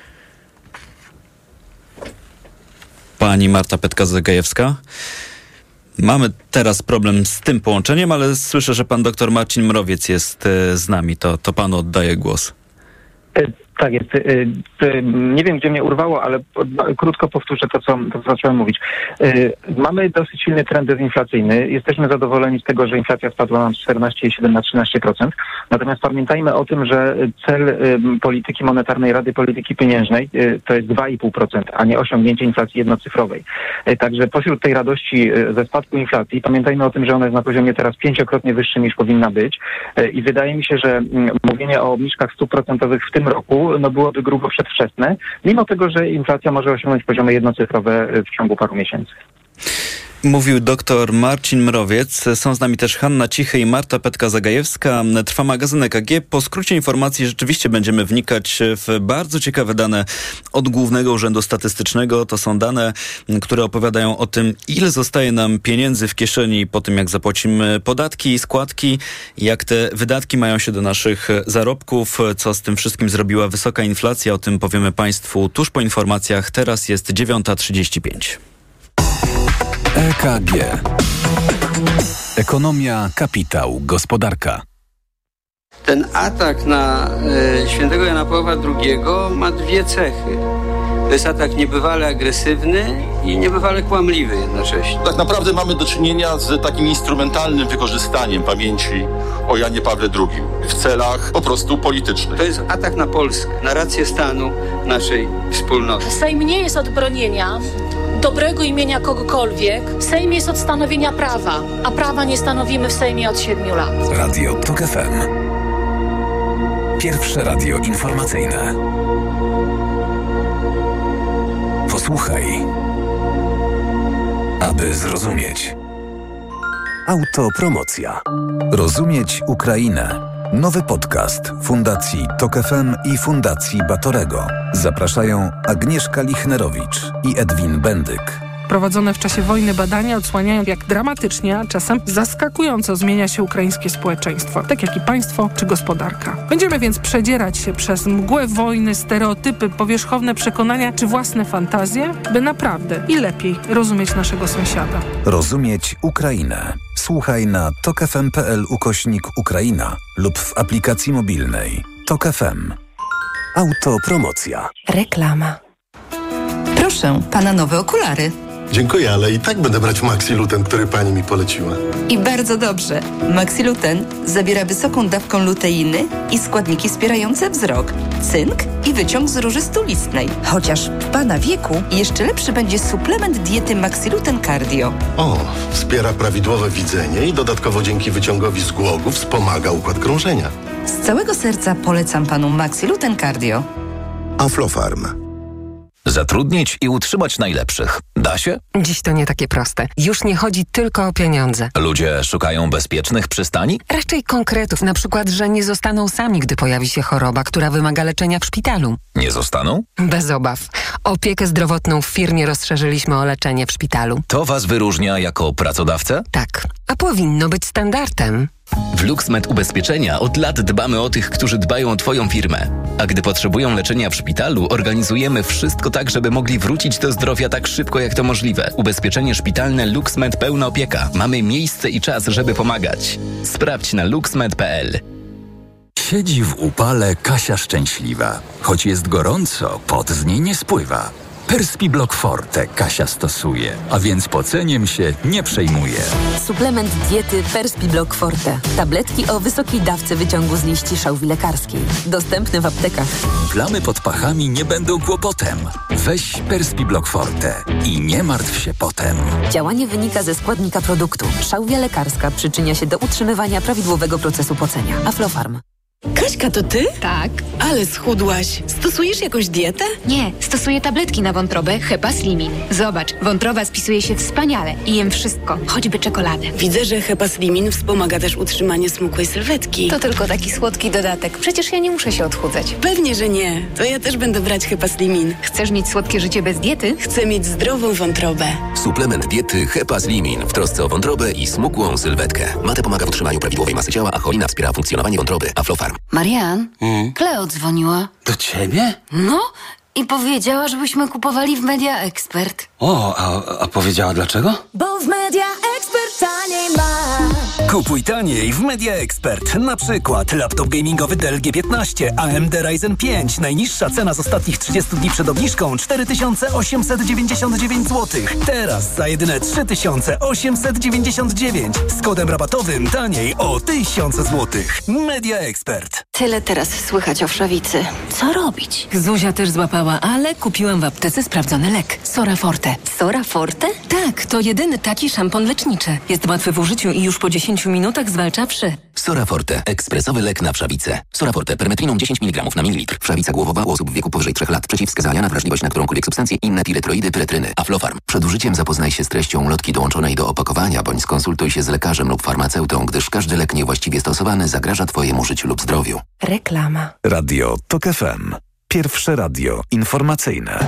Pani Marta Petka-Zagajewska. Mamy teraz problem z tym połączeniem, ale słyszę, że pan doktor Marcin Mrowiec jest z nami. To, to panu oddaję głos. Tak jest. Nie wiem, gdzie mnie urwało, ale krótko powtórzę to, co, to, co zacząłem mówić. Mamy dosyć silny trend dezinflacyjny. Jesteśmy zadowoleni z tego, że inflacja spadła nam z czternaście przecinek siedem na trzynaście procent. Natomiast pamiętajmy o tym, że cel polityki monetarnej Rady Polityki Pieniężnej to jest dwa i pół procent, a nie osiągnięcie inflacji jednocyfrowej. Także pośród tej radości ze spadku inflacji pamiętajmy o tym, że ona jest na poziomie teraz pięciokrotnie wyższym niż powinna być. I wydaje mi się, że mówienie o obniżkach stóp procentowych w tym roku no byłoby grubo przedwczesne, mimo tego, że inflacja może osiągnąć poziomy jednocyfrowe w ciągu paru miesięcy. Mówił doktor Marcin Mrowiec. Są z nami też Hanna Cichy i Marta Petka-Zagajewska. Trwa magazyn E K G. Po skrócie informacji rzeczywiście będziemy wnikać w bardzo ciekawe dane od Głównego Urzędu Statystycznego. To są dane, które opowiadają o tym, ile zostaje nam pieniędzy w kieszeni po tym, jak zapłacimy podatki i składki, jak te wydatki mają się do naszych zarobków, co z tym wszystkim zrobiła wysoka inflacja. O tym powiemy Państwu tuż po informacjach. Teraz jest dziewiąta trzydzieści pięć. E K G. Ekonomia, kapitał, gospodarka. Ten atak na e, świętego Jana Pawła drugiego ma dwie cechy. To jest atak niebywale agresywny i niebywale kłamliwy jednocześnie. Tak naprawdę mamy do czynienia z takim instrumentalnym wykorzystaniem pamięci o Janie Pawle drugim w celach po prostu politycznych. To jest atak na Polskę, na rację stanu naszej wspólnoty. Sejm nie jest od bronienia dobrego imienia kogokolwiek. Sejm jest od stanowienia prawa, a prawa nie stanowimy w Sejmie od siedmiu lat. Radio TOK F M. Pierwsze radio informacyjne. Posłuchaj, aby zrozumieć. Autopromocja. Rozumieć Ukrainę. Nowy podcast Fundacji TOK F M i Fundacji Batorego. Zapraszają Agnieszka Lichnerowicz i Edwin Bendyk. Prowadzone w czasie wojny badania odsłaniają, jak dramatycznie, a czasem zaskakująco zmienia się ukraińskie społeczeństwo, tak jak i państwo czy gospodarka. Będziemy więc przedzierać się przez mgłę wojny, stereotypy, powierzchowne przekonania czy własne fantazje, by naprawdę i lepiej rozumieć naszego sąsiada. Rozumieć Ukrainę. Słuchaj na tokfm.pl ukośnik Ukraina lub w aplikacji mobilnej TOK F M. Autopromocja. Reklama. Proszę, pana nowe okulary. Dziękuję, ale i tak będę brać Maxiluten, który pani mi poleciła. I bardzo dobrze. Maxiluten zawiera wysoką dawką luteiny i składniki wspierające wzrok, cynk i wyciąg z róży stulistnej. Chociaż w pana wieku jeszcze lepszy będzie suplement diety Maxiluten Cardio. O, wspiera prawidłowe widzenie i dodatkowo dzięki wyciągowi z głogu wspomaga układ krążenia. Z całego serca polecam panu Maxiluten Cardio. Aflofarm. Zatrudnić i utrzymać najlepszych. Da się? Dziś to nie takie proste. Już nie chodzi tylko o pieniądze. Ludzie szukają bezpiecznych przystani? Raczej konkretów, na przykład, że nie zostaną sami, gdy pojawi się choroba, która wymaga leczenia w szpitalu. Nie zostaną? Bez obaw. Opiekę zdrowotną w firmie rozszerzyliśmy o leczenie w szpitalu. To was wyróżnia jako pracodawcę? Tak. A powinno być standardem. W LuxMed Ubezpieczenia od lat dbamy o tych, którzy dbają o Twoją firmę. A gdy potrzebują leczenia w szpitalu, organizujemy wszystko tak, żeby mogli wrócić do zdrowia tak szybko, jak to możliwe. Ubezpieczenie szpitalne LuxMed Pełna Opieka. Mamy miejsce i czas, żeby pomagać. Sprawdź na luxmed kropka p l. Siedzi w upale Kasia szczęśliwa. Choć jest gorąco, pot z niej nie spływa. Perspiblock Forte Kasia stosuje, a więc poceniem się nie przejmuje. Suplement diety Perspiblock Forte. Tabletki o wysokiej dawce wyciągu z liści szałwi lekarskiej. Dostępne w aptekach. Plamy pod pachami nie będą kłopotem. Weź Perspiblock Forte i nie martw się potem. Działanie wynika ze składnika produktu. Szałwia lekarska przyczynia się do utrzymywania prawidłowego procesu pocenia. Aflofarm. Kaśka, to ty? Tak. Ale schudłaś. Stosujesz jakąś dietę? Nie, stosuję tabletki na wątrobę Hepaslimin. Zobacz, wątroba spisuje się wspaniale i jem wszystko, choćby czekoladę. Widzę, że Hepaslimin wspomaga też utrzymanie smukłej sylwetki. To tylko taki słodki dodatek. Przecież ja nie muszę się odchudzać. Pewnie, że nie. To ja też będę brać Hepaslimin. Chcesz mieć słodkie życie bez diety? Chcę mieć zdrową wątrobę. Suplement diety Hepaslimin w trosce o wątrobę i smukłą sylwetkę. Mate pomaga w utrzymaniu prawidłowej masy ciała, a cholina wspiera funkcjonowanie wątroby. Aflofarm. Marian, hmm? Kleo dzwoniła. Do ciebie? No i powiedziała, żebyśmy kupowali w Media Expert. O, a, a powiedziała dlaczego? Bo w Media Expert taniej ma. Kupuj taniej w Media Expert. Na przykład laptop gamingowy Dell G piętnaście, A M D Ryzen pięć. Najniższa cena z ostatnich trzydziestu dni przed obniżką cztery tysiące osiemset dziewięćdziesiąt dziewięć złotych. Teraz za jedyne trzy tysiące osiemset dziewięćdziesiąt dziewięć. Z kodem rabatowym taniej o tysiąc złotych. Media Expert. Tyle teraz słychać o wszawicy. Co robić? Zuzia też złapała, ale kupiłam w aptece sprawdzony lek. Sora Forte. Sora Forte? Tak, to jedyny taki szampon leczniczy. Jest łatwy w użyciu i już po dziesięciu minutach zwalcza wszy. Sora Forte. Ekspresowy lek na wszawicę. Sora Forte. Permetriną dziesięć miligramów na mililitr. Wszawica głowowa u osób w wieku powyżej trzech lat. Przeciwwskazania na wrażliwość na którąkolwiek substancję. Inne piretroidy, piretryny. Aflofarm. Przed użyciem zapoznaj się z treścią ulotki dołączonej do opakowania, bądź skonsultuj się z lekarzem lub farmaceutą, gdyż każdy lek niewłaściwie stosowany zagraża Twojemu życiu lub zdrowiu. Reklama. Radio TOK F M. Pierwsze radio informacyjne.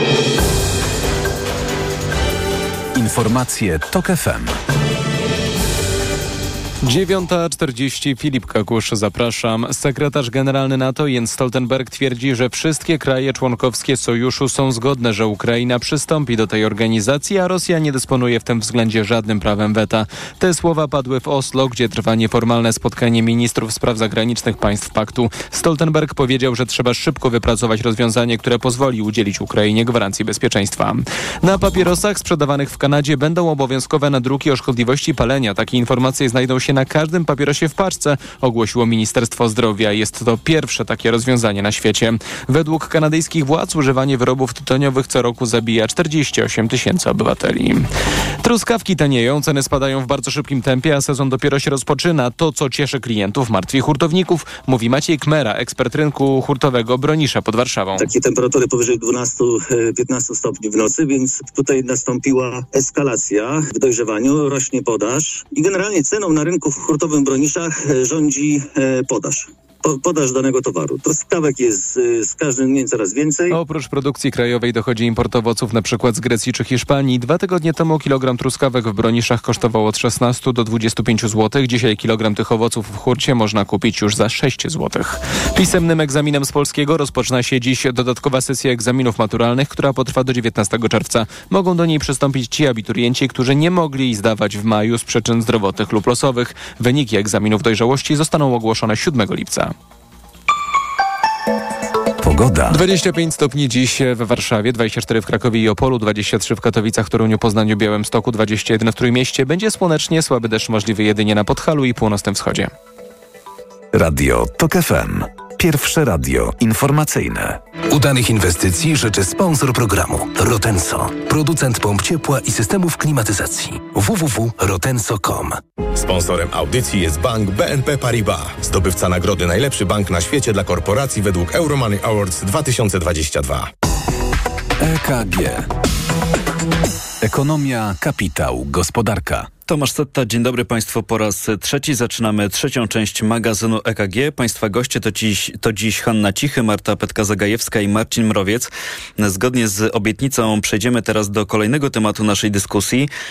Informacje TOK F M. dziewiąta czterdzieści, Filip Kakusz, zapraszam. Sekretarz generalny NATO Jens Stoltenberg twierdzi, że wszystkie kraje członkowskie sojuszu są zgodne, że Ukraina przystąpi do tej organizacji, a Rosja nie dysponuje w tym względzie żadnym prawem weta. Te słowa padły w Oslo, gdzie trwa nieformalne spotkanie ministrów spraw zagranicznych państw paktu. Stoltenberg powiedział, że trzeba szybko wypracować rozwiązanie, które pozwoli udzielić Ukrainie gwarancji bezpieczeństwa. Na papierosach sprzedawanych w Kanadzie będą obowiązkowe nadruki o szkodliwości palenia. Takie informacje znajdą się na każdym papierosie w paczce, ogłosiło Ministerstwo Zdrowia. Jest to pierwsze takie rozwiązanie na świecie. Według kanadyjskich władz używanie wyrobów tytoniowych co roku zabija czterdzieści osiem tysięcy obywateli. Truskawki tanieją, ceny spadają w bardzo szybkim tempie, a sezon dopiero się rozpoczyna. To, co cieszy klientów, martwi hurtowników, mówi Maciej Kmera, ekspert rynku hurtowego Bronisza pod Warszawą. Takie temperatury powyżej dwunastu do piętnastu stopni w nocy, więc tutaj nastąpiła eskalacja w dojrzewaniu, rośnie podaż i generalnie ceną na rynku w hurtowym Broniszach rządzi podaż. Podaż danego towaru. Truskawek jest z każdym dniem coraz więcej. Oprócz produkcji krajowej dochodzi import owoców na przykład z Grecji czy Hiszpanii. Dwa tygodnie temu kilogram truskawek w Broniszach kosztował od szesnastu do dwudziestu pięciu złotych. Dzisiaj kilogram tych owoców w hurcie można kupić już za sześć złotych. Pisemnym egzaminem z polskiego rozpoczyna się dziś dodatkowa sesja egzaminów maturalnych, która potrwa do dziewiętnastego czerwca. Mogą do niej przystąpić ci abiturienci, którzy nie mogli zdawać w maju z przyczyn zdrowotnych lub losowych. Wyniki egzaminów dojrzałości zostaną ogłoszone siódmego lipca. Pogoda. dwadzieścia pięć stopni dziś w Warszawie, dwadzieścia cztery w Krakowie i Opolu, dwadzieścia trzy w Katowicach, Toruniu, Poznaniu, Białymstoku, dwadzieścia jeden w Trójmieście. Będzie słonecznie, słaby deszcz możliwy jedynie na Podhalu i północnym wschodzie. Radio TOK F M. Pierwsze radio informacyjne. Udanych inwestycji życzy sponsor programu Rotenso. Producent pomp ciepła i systemów klimatyzacji. w w w kropka rotenso kropka com. Sponsorem audycji jest bank B N P Paribas, zdobywca nagrody Najlepszy Bank na świecie dla korporacji według Euromoney Awards dwa tysiące dwadzieścia dwa. E K G. Ekonomia, kapitał, gospodarka. Tomasz Setta, dzień dobry Państwu po raz trzeci. Zaczynamy trzecią część magazynu E K G. Państwa goście to dziś, to dziś Hanna Cichy, Marta Petka-Zagajewska i Marcin Mrowiec. Zgodnie z obietnicą przejdziemy teraz do kolejnego tematu naszej dyskusji.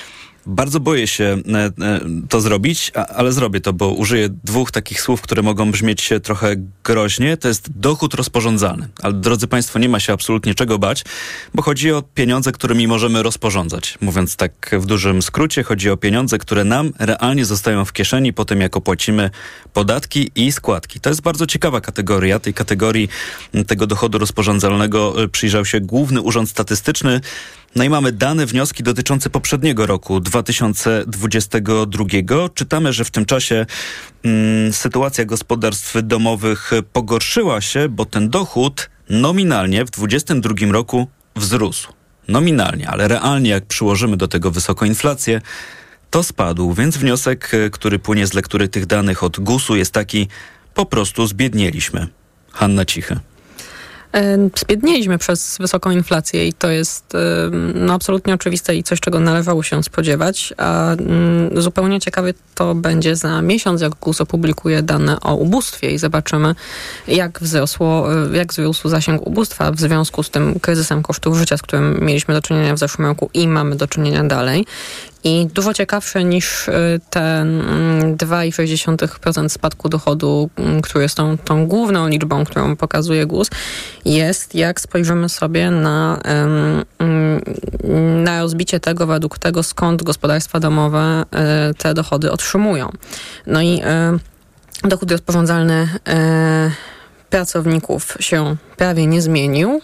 Bardzo boję się e, e, to zrobić, a, ale zrobię to, bo użyję dwóch takich słów, które mogą brzmieć trochę groźnie. To jest dochód rozporządzalny. Ale drodzy Państwo, nie ma się absolutnie czego bać, bo chodzi o pieniądze, którymi możemy rozporządzać. Mówiąc tak w dużym skrócie, chodzi o pieniądze, które nam realnie zostają w kieszeni po tym, jak opłacimy podatki i składki. To jest bardzo ciekawa kategoria. Tej kategorii tego dochodu rozporządzalnego przyjrzał się Główny Urząd Statystyczny. No i mamy dane, wnioski dotyczące poprzedniego roku, dwa tysiące dwudziestego drugiego. Czytamy, że w tym czasie mm, sytuacja gospodarstw domowych pogorszyła się, bo ten dochód nominalnie w dwudziestym drugim roku wzrósł. Nominalnie, ale realnie, jak przyłożymy do tego wysoką inflację, to spadł. Więc wniosek, który płynie z lektury tych danych od gusu, jest taki: po prostu zbiednieliśmy. Hanna Cichy. Zbiednieliśmy przez wysoką inflację i to jest no, absolutnie oczywiste i coś, czego należało się spodziewać. A mm, zupełnie ciekawy to będzie za miesiąc, jak GUS opublikuje dane o ubóstwie i zobaczymy, jak wzrosło, jak wzrósł zasięg ubóstwa w związku z tym kryzysem kosztów życia, z którym mieliśmy do czynienia w zeszłym roku i mamy do czynienia dalej. I dużo ciekawsze niż ten dwa przecinek sześć procent spadku dochodu, który jest tą, tą główną liczbą, którą pokazuje GUS, jest, jak spojrzymy sobie na, na rozbicie tego, według tego, skąd gospodarstwa domowe te dochody otrzymują. No i dochód rozporządzalny pracowników się prawie nie zmienił.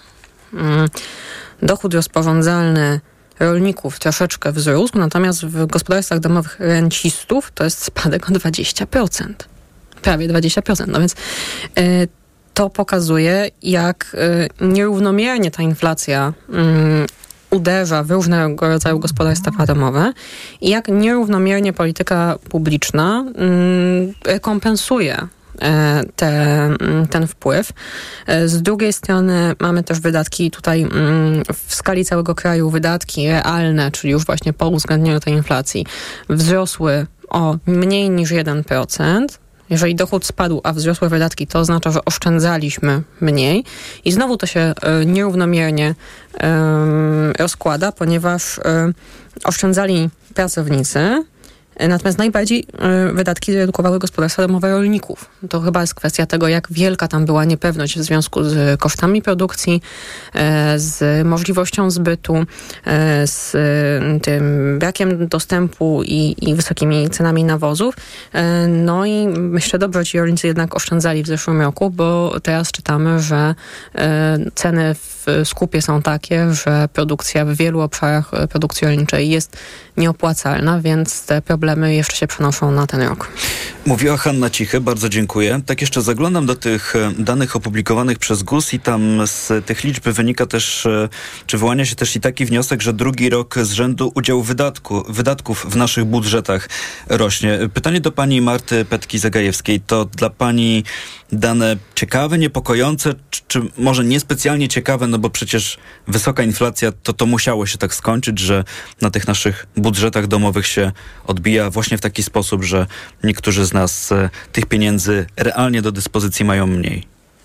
Dochód rozporządzalny rolników troszeczkę wzrósł, natomiast w gospodarstwach domowych rencistów to jest spadek o dwadzieścia procent. Prawie dwadzieścia procent. No więc y, to pokazuje, jak y, nierównomiernie ta inflacja y, uderza w różnego rodzaju gospodarstwa domowe i jak nierównomiernie polityka publiczna y, rekompensuje Te, ten wpływ. Z drugiej strony mamy też wydatki tutaj w skali całego kraju, wydatki realne, czyli już właśnie po uwzględnieniu tej inflacji, wzrosły o mniej niż jeden procent. Jeżeli dochód spadł, a wzrosły wydatki, to oznacza, że oszczędzaliśmy mniej. I znowu to się nierównomiernie rozkłada, ponieważ oszczędzali pracownicy, natomiast najbardziej y, wydatki zredukowały gospodarstwa domowe rolników. To chyba jest kwestia tego, jak wielka tam była niepewność w związku z kosztami produkcji, y, z możliwością zbytu, y, z y, tym brakiem dostępu i, i wysokimi cenami nawozów. Y, no i myślę, dobrze ci rolnicy jednak oszczędzali w zeszłym roku, bo teraz czytamy, że y, ceny w skupie są takie, że produkcja w wielu obszarach produkcji rolniczej jest nieopłacalna, więc te problemy jeszcze się przenoszą na ten rok. Mówiła Hanna Cichy, bardzo dziękuję. Tak jeszcze zaglądam do tych danych opublikowanych przez GUS i tam z tych liczb wynika też, czy wyłania się też i taki wniosek, że drugi rok z rzędu udział wydatku, wydatków w naszych budżetach rośnie. Pytanie do pani Marty Petki-Zagajewskiej. To dla pani dane ciekawe, niepokojące, czy, czy może niespecjalnie ciekawe, no bo przecież wysoka inflacja, to to musiało się tak skończyć, że na tych naszych budżetach domowych się odbija właśnie w taki sposób, że niektórzy z nas e, tych pieniędzy realnie do dyspozycji mają mniej.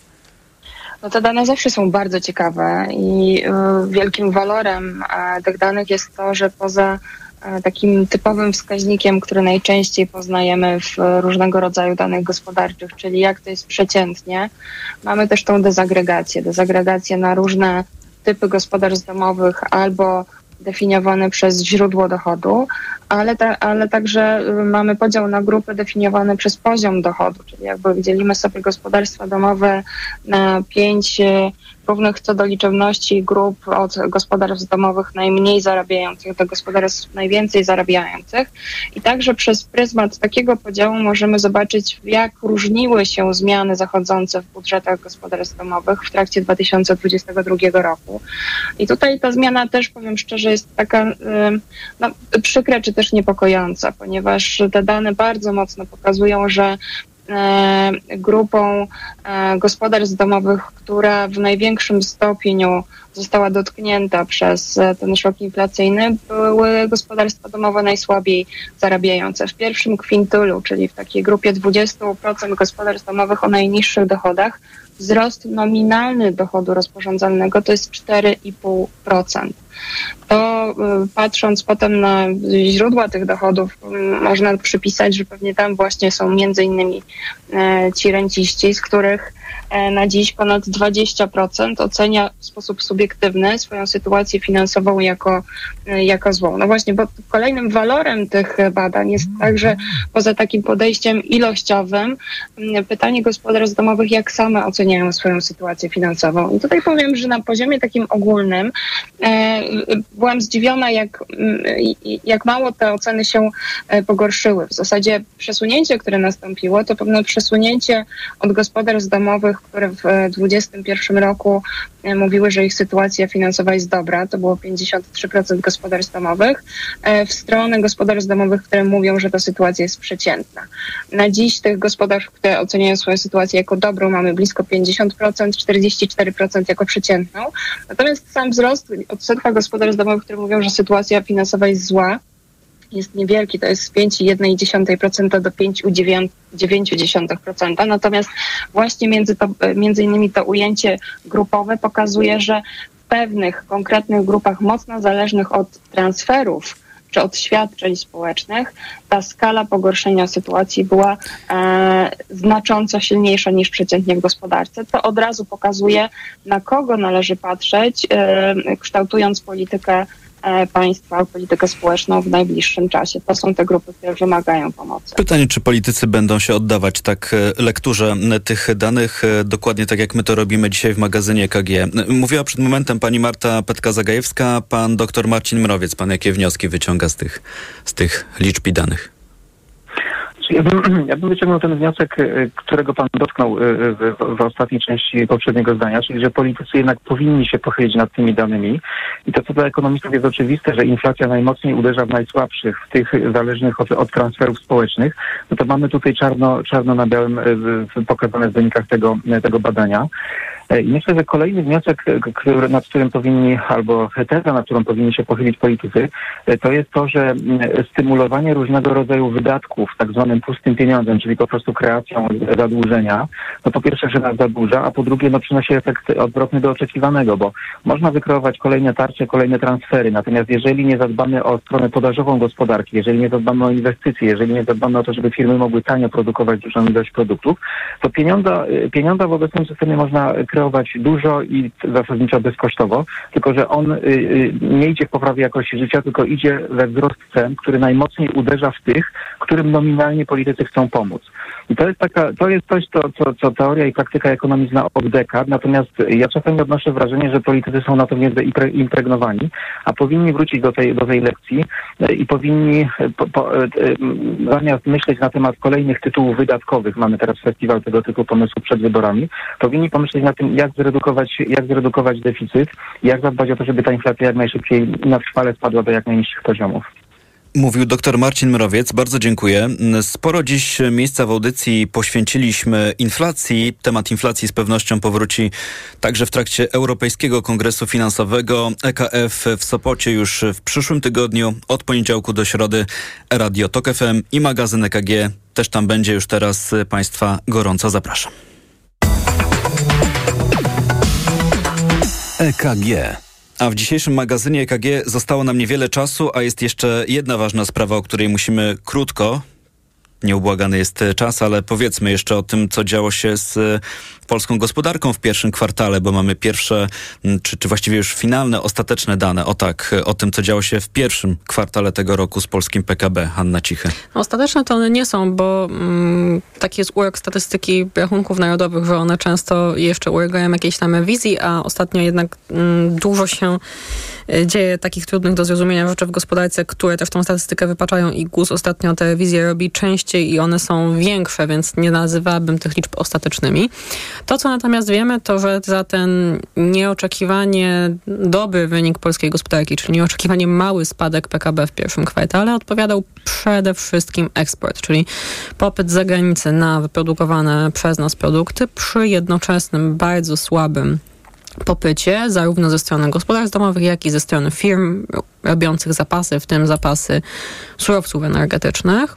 No te dane zawsze są bardzo ciekawe i y, wielkim walorem y, tych danych jest to, że poza y, takim typowym wskaźnikiem, który najczęściej poznajemy w y, różnego rodzaju danych gospodarczych, czyli jak to jest przeciętnie, mamy też tą dezagregację. Dezagregację na różne typy gospodarstw domowych albo definiowane przez źródło dochodu, ale, ta, ale także mamy podział na grupy definiowane przez poziom dochodu, czyli jakby dzielimy sobie gospodarstwa domowe na pięć równych co do liczebności grup, od gospodarstw domowych najmniej zarabiających do gospodarstw najwięcej zarabiających. I także przez pryzmat takiego podziału możemy zobaczyć, jak różniły się zmiany zachodzące w budżetach gospodarstw domowych w trakcie dwa tysiące dwudziestego drugiego roku. I tutaj ta zmiana też, powiem szczerze, jest taka no, przykra czy też niepokojąca, ponieważ te dane bardzo mocno pokazują, że grupą gospodarstw domowych, która w największym stopniu została dotknięta przez ten szok inflacyjny, były gospodarstwa domowe najsłabiej zarabiające. W pierwszym kwintylu, czyli w takiej grupie dwadzieścia procent gospodarstw domowych o najniższych dochodach, wzrost nominalny dochodu rozporządzalnego to jest cztery i pół procent. To y, patrząc potem na źródła tych dochodów, y, można przypisać, że pewnie tam właśnie są między innymi y, ci renciści, z których y, na dziś ponad dwadzieścia procent ocenia w sposób subiektywny swoją sytuację finansową jako, y, jako złą. No właśnie, bo kolejnym walorem tych badań jest także poza takim podejściem ilościowym y, pytanie gospodarstw domowych, jak same oceniają swoją sytuację finansową. I tutaj powiem, że na poziomie takim ogólnym y, byłam zdziwiona, jak, jak mało te oceny się pogorszyły. W zasadzie przesunięcie, które nastąpiło, to pewne przesunięcie od gospodarstw domowych, które w dwudziestym pierwszym roku mówiły, że ich sytuacja finansowa jest dobra, to było pięćdziesiąt trzy procent gospodarstw domowych, w stronę gospodarstw domowych, które mówią, że ta sytuacja jest przeciętna. Na dziś tych gospodarstw, które oceniają swoją sytuację jako dobrą, mamy blisko pięćdziesiąt procent, czterdzieści cztery procent jako przeciętną. Natomiast sam wzrost odsetka gospodarstw domowych, które mówią, że sytuacja finansowa jest zła, jest niewielki, to jest z pięć przecinek jeden procent do pięć przecinek dziewięć procent. Natomiast właśnie między, to, między innymi to ujęcie grupowe pokazuje, że w pewnych konkretnych grupach mocno zależnych od transferów czy od świadczeń społecznych, ta skala pogorszenia sytuacji była e, znacząco silniejsza niż przeciętnie w gospodarce. To od razu pokazuje, na kogo należy patrzeć, e, kształtując politykę e, państwa, politykę społeczną w najbliższym czasie. To są te grupy, które wymagają pomocy. Pytanie, czy politycy będą się oddawać tak lekturze tych danych, dokładnie tak jak my to robimy dzisiaj w magazynie E K G. Mówiła przed momentem pani Marta Petka-Zagajewska, pan dr Marcin Mrowiec. Pan jakie wnioski wyciąga z tych, z tych liczb i danych? Ja bym, ja bym wyciągnął ten wniosek, którego pan dotknął w, w ostatniej części poprzedniego zdania, czyli że politycy jednak powinni się pochylić nad tymi danymi. I to, co dla ekonomistów jest oczywiste, że inflacja najmocniej uderza w najsłabszych, w tych zależnych od, od transferów społecznych, no to mamy tutaj czarno, czarno na białym pokazane w wynikach tego, tego badania. I myślę, że kolejny wniosek, który, nad którym powinni, albo teza, nad którą powinni się pochylić politycy, to jest to, że stymulowanie różnego rodzaju wydatków tak zwanym pustym pieniądzem, czyli po prostu kreacją zadłużenia, no po pierwsze, że nas zadłuża, a po drugie, no przynosi efekt odwrotny do oczekiwanego, bo można wykreować kolejne tarcze, kolejne transfery, natomiast jeżeli nie zadbamy o stronę podażową gospodarki, jeżeli nie zadbamy o inwestycje, jeżeli nie zadbamy o to, żeby firmy mogły tanio produkować dużą ilość produktów, to pieniądza, pieniądza w obecnym systemie można kreować dużo i zasadniczo bezkosztowo, tylko że on y, y, nie idzie w poprawie jakości życia, tylko idzie we wzrost cen, który najmocniej uderza w tych, którym nominalnie politycy chcą pomóc. I to jest taka, to jest coś, co, co, co teoria i praktyka ekonomii zna od dekad, natomiast ja czasami odnoszę wrażenie, że politycy są na to wiedzę impregnowani, a powinni wrócić do tej, do tej lekcji i powinni po, po, zamiast myśleć na temat kolejnych tytułów wydatkowych, mamy teraz festiwal tego typu pomysłów przed wyborami, powinni pomyśleć na tym, jak zredukować, jak zredukować deficyt, jak zadbać o to, żeby ta inflacja jak najszybciej na trwale spadła do jak najniższych poziomów. Mówił dr Marcin Mrowiec. Bardzo dziękuję. Sporo dziś miejsca w audycji poświęciliśmy inflacji. Temat inflacji z pewnością powróci także w trakcie Europejskiego Kongresu Finansowego E K F w Sopocie już w przyszłym tygodniu. Od poniedziałku do środy Radio Tok F M i magazyn E K G też tam będzie. Już teraz Państwa gorąco zapraszam. E K G. A w dzisiejszym magazynie E K G zostało nam niewiele czasu, a jest jeszcze jedna ważna sprawa, o której musimy krótko, nieubłagany jest czas, ale powiedzmy jeszcze o tym, co działo się z polską gospodarką w pierwszym kwartale, bo mamy pierwsze, czy, czy właściwie już finalne, ostateczne dane. O tak, o tym, co działo się w pierwszym kwartale tego roku z polskim P K B. Hanna Cichy. Ostateczne to one nie są, bo mm, taki jest urok statystyki rachunków narodowych, że one często jeszcze ulegają jakiejś tam rewizji, a ostatnio jednak mm, dużo się dzieje takich trudnych do zrozumienia rzeczy w gospodarce, które też tą statystykę wypaczają i G U S ostatnio te rewizje robi częściej i one są większe, więc nie nazywałabym tych liczb ostatecznymi. To, co natomiast wiemy, to, że za ten nieoczekiwanie dobry wynik polskiej gospodarki, czyli nieoczekiwanie mały spadek P K B w pierwszym kwartale odpowiadał przede wszystkim eksport, czyli popyt z zagranicy na wyprodukowane przez nas produkty przy jednoczesnym bardzo słabym popycie, zarówno ze strony gospodarstw domowych, jak i ze strony firm robiących zapasy, w tym zapasy surowców energetycznych.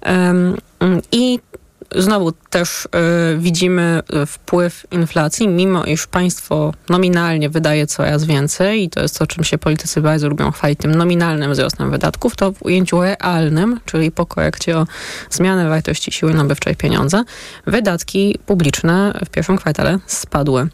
I znowu też y, widzimy wpływ inflacji, mimo iż państwo nominalnie wydaje coraz więcej i to jest to, czym się politycy bardzo lubią chwalić, tym nominalnym wzrostem wydatków, to w ujęciu realnym, czyli po korekcie o zmianę wartości siły nabywczej pieniądza, wydatki publiczne w pierwszym kwartale spadły.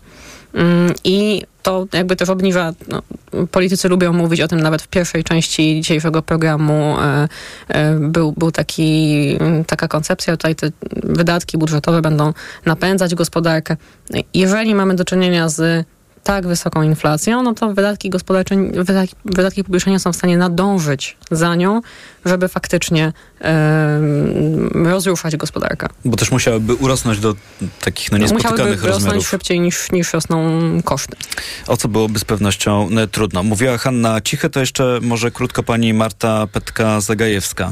I to jakby też obniża, no, politycy lubią mówić o tym, nawet w pierwszej części dzisiejszego programu e, e, był, był taki, taka koncepcja, tutaj te wydatki budżetowe będą napędzać gospodarkę. Jeżeli mamy do czynienia z tak wysoką inflacją, no to wydatki gospodarcze, wydatki, wydatki publiczne nie są w stanie nadążyć za nią, żeby faktycznie e, rozruszać gospodarkę. Bo też musiałyby urosnąć do takich no, niespotykanych musiałyby rozmiarów. Musiałyby rosnąć szybciej niż, niż rosną koszty. O co byłoby z pewnością no, trudno. Mówiła Hanna Cichy, to jeszcze może krótko pani Marta Petka-Zagajewska.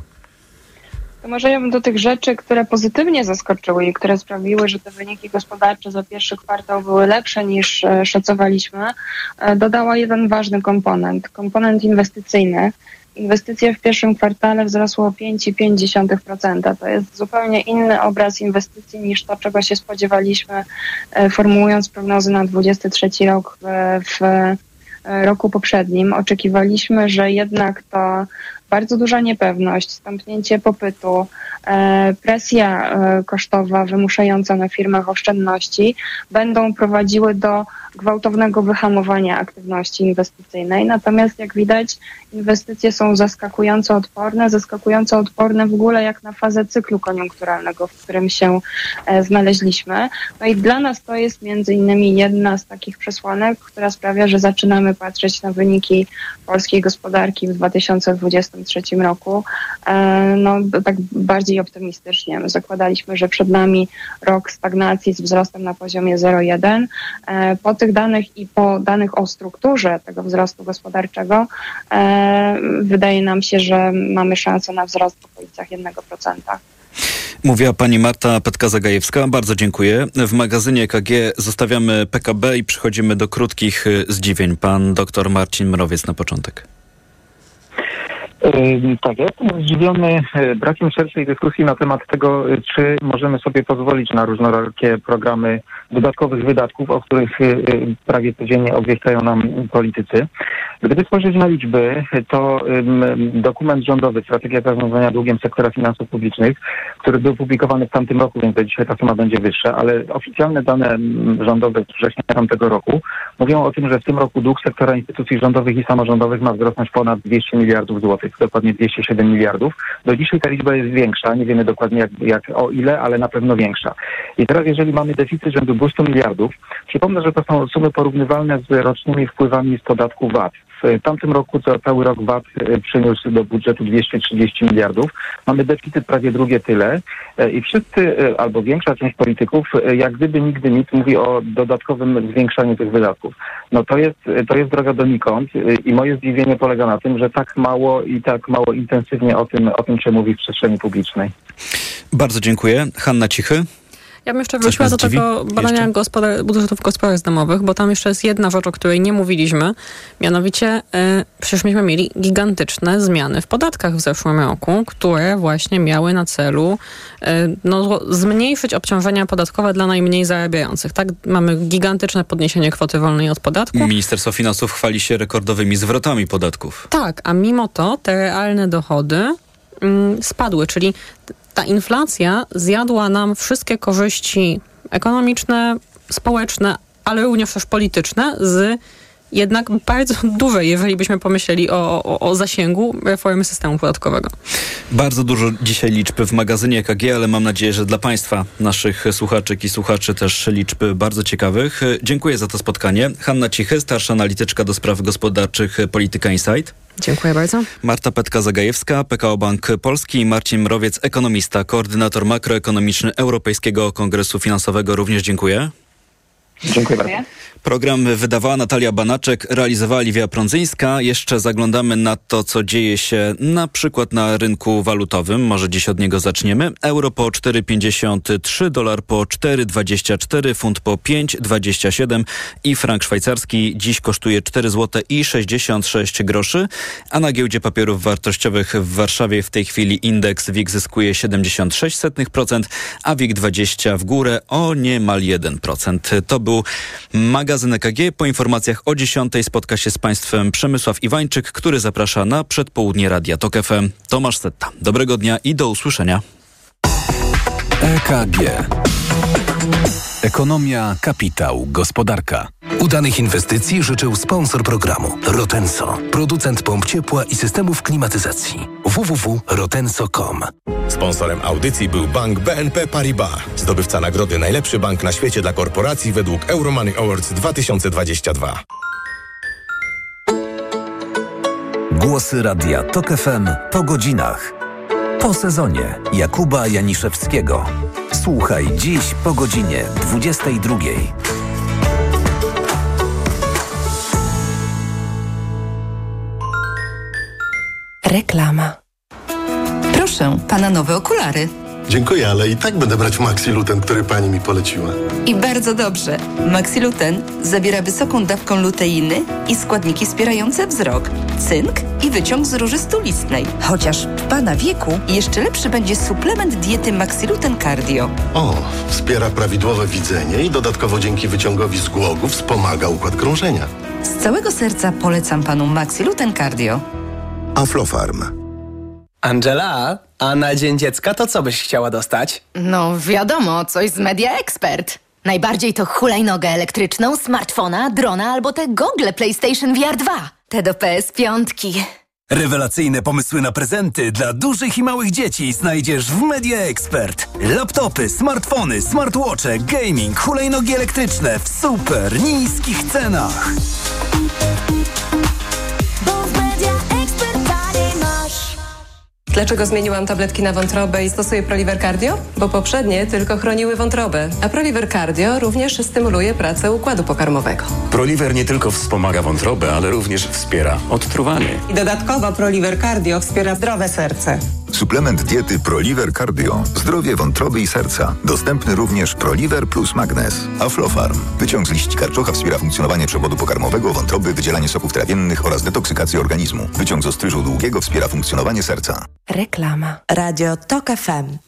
To może ja bym do tych rzeczy, które pozytywnie zaskoczyły i które sprawiły, że te wyniki gospodarcze za pierwszy kwartał były lepsze niż e, szacowaliśmy, e, dodała jeden ważny komponent, komponent inwestycyjny. Inwestycje w pierwszym kwartale wzrosły o pięć przecinek pięć procent. To jest zupełnie inny obraz inwestycji niż to, czego się spodziewaliśmy, e, formułując prognozy na dwudziesty trzeci rok w, w roku poprzednim. Oczekiwaliśmy, że jednak to bardzo duża niepewność, stąpnięcie popytu, e, presja e, kosztowa wymuszająca na firmach oszczędności będą prowadziły do gwałtownego wyhamowania aktywności inwestycyjnej. Natomiast jak widać, inwestycje są zaskakująco odporne, zaskakująco odporne w ogóle jak na fazę cyklu koniunkturalnego, w którym się e, znaleźliśmy. No i dla nas to jest między innymi jedna z takich przesłanek, która sprawia, że zaczynamy patrzeć na wyniki polskiej gospodarki w dwa tysiące dwudziestym trzecim roku e, no tak bardziej optymistycznie. My zakładaliśmy, że przed nami rok stagnacji z wzrostem na poziomie zero przecinek jeden. E, po tych danych i po danych o strukturze tego wzrostu gospodarczego e, wydaje nam się, że mamy szansę na wzrost w okolicach jednego procenta. Mówiła pani Marta Petka-Zagajewska. Bardzo dziękuję. W magazynie E K G zostawiamy P K B i przechodzimy do krótkich zdziwień. Pan doktor Marcin Mrowiec na początek. Tak, ja jestem zdziwiony brakiem szerszej dyskusji na temat tego, czy możemy sobie pozwolić na różnorakie programy dodatkowych wydatków, o których prawie codziennie obwieściają nam politycy. Gdyby spojrzeć na liczby, to dokument rządowy, Strategia zarządzania długiem sektora finansów publicznych, który był publikowany w tamtym roku, więc dzisiaj ta suma będzie wyższa, ale oficjalne dane rządowe z września tamtego roku mówią o tym, że w tym roku dług sektora instytucji rządowych i samorządowych ma wzrosnąć ponad dwieście miliardów złotych, dokładnie dwieście siedem miliardów. Do dzisiaj ta liczba jest większa, nie wiemy dokładnie jak, jak o ile, ale na pewno większa. I teraz jeżeli mamy deficyt rzędu dwieście miliardów, przypomnę, że to są sumy porównywalne z rocznymi wpływami z podatku V A T. W tamtym roku co cały rok V A T przyniósł do budżetu dwieście trzydzieści miliardów. Mamy deficyt prawie drugie tyle i wszyscy, albo większa część polityków, jak gdyby nigdy nic, mówi o dodatkowym zwiększaniu tych wydatków. No to jest, to jest droga donikąd i moje zdziwienie polega na tym, że tak mało i tak mało intensywnie o tym, o tym się mówi w przestrzeni publicznej. Bardzo dziękuję. Hanna Cichy. Ja bym jeszcze wróciła do tego badania gospodar- budżetów gospodarstw domowych, bo tam jeszcze jest jedna rzecz, o której nie mówiliśmy. Mianowicie yy, przecież myśmy mieli gigantyczne zmiany w podatkach w zeszłym roku, które właśnie miały na celu yy, no, zmniejszyć obciążenia podatkowe dla najmniej zarabiających. Tak, mamy gigantyczne podniesienie kwoty wolnej od podatku. Ministerstwo Finansów chwali się rekordowymi zwrotami podatków. Tak, a mimo to te realne dochody yy, spadły, czyli ta inflacja zjadła nam wszystkie korzyści ekonomiczne, społeczne, ale również też polityczne z jednak bardzo dużej, jeżeli byśmy pomyśleli o, o, o zasięgu reformy systemu podatkowego. Bardzo dużo dzisiaj liczb w magazynie E K G, ale mam nadzieję, że dla Państwa, naszych słuchaczek i słuchaczy też liczb bardzo ciekawych. Dziękuję za to spotkanie. Hanna Cichy, starsza analityczka do spraw gospodarczych Polityka Insight. Dziękuję bardzo. Marta Petka-Zagajewska, P K O Bank Polski i Marcin Mrowiec, ekonomista, koordynator makroekonomiczny Europejskiego Kongresu Finansowego. Również dziękuję. Dziękuję bardzo. Program wydawała Natalia Banaczek, realizowała Liwia Prądzyńska. Jeszcze zaglądamy na to, co dzieje się na przykład na rynku walutowym. Może dziś od niego zaczniemy. Euro po cztery pięćdziesiąt trzy, dolar po cztery dwadzieścia cztery, funt po pięć dwadzieścia siedem i frank szwajcarski dziś kosztuje cztery złote i sześćdziesiąt sześć groszy, a na giełdzie papierów wartościowych w Warszawie w tej chwili indeks W I G zyskuje siedemdziesiąt sześć procent, a W I G dwadzieścia w górę o niemal jeden procent. To był magazyn E K G. Po informacjach o dziesiątej spotka się z Państwem Przemysław Iwańczyk, który zaprasza na przedpołudnie Radia Tok F M. Tomasz Setta. Dobrego dnia i do usłyszenia. E K G. Ekonomia, kapitał, gospodarka. Udanych inwestycji życzył sponsor programu Rotenso, producent pomp ciepła i systemów klimatyzacji. w w w kropka rotenso kropka com. Sponsorem audycji był bank B N P Paribas, zdobywca nagrody Najlepszy Bank na świecie dla korporacji według Euromoney Awards dwa tysiące dwadzieścia dwa. Głosy Radia Tok F M po godzinach. Po sezonie Jakuba Janiszewskiego. Słuchaj dziś po godzinie dwudziestej drugiej. Reklama. Proszę, pana nowe okulary. Dziękuję, ale i tak będę brać Maxiluten, który pani mi poleciła. I bardzo dobrze. Maxiluten zawiera wysoką dawką luteiny i składniki wspierające wzrok, cynk i wyciąg z róży stulistnej. Chociaż w pana wieku jeszcze lepszy będzie suplement diety Maxiluten Cardio. O, wspiera prawidłowe widzenie i dodatkowo dzięki wyciągowi z głogu wspomaga układ krążenia. Z całego serca polecam panu Maxiluten Cardio. Aflofarm. Angela, a na Dzień Dziecka to co byś chciała dostać? No wiadomo, coś z Media Expert. Najbardziej to hulajnogę elektryczną, smartfona, drona albo te gogle PlayStation V R dwa. Te do P S pięć. Rewelacyjne pomysły na prezenty dla dużych i małych dzieci znajdziesz w Media Expert. Laptopy, smartfony, smartwatche, gaming, hulajnogi elektryczne w super niskich cenach. Dlaczego zmieniłam tabletki na wątrobę i stosuję Proliver Cardio? Bo poprzednie tylko chroniły wątrobę, a Proliver Cardio również stymuluje pracę układu pokarmowego. Proliver nie tylko wspomaga wątrobę, ale również wspiera odtruwanie. I dodatkowo Proliver Cardio wspiera zdrowe serce. Suplement diety Proliver Cardio. Zdrowie wątroby i serca. Dostępny również Proliver plus Magnez. Aflofarm. Wyciąg z liści karczocha wspiera funkcjonowanie przewodu pokarmowego, wątroby, wydzielanie soków trawiennych oraz detoksykację organizmu. Wyciąg z ostryżu długiego wspiera funkcjonowanie serca. Reklama. Radio Tok F M.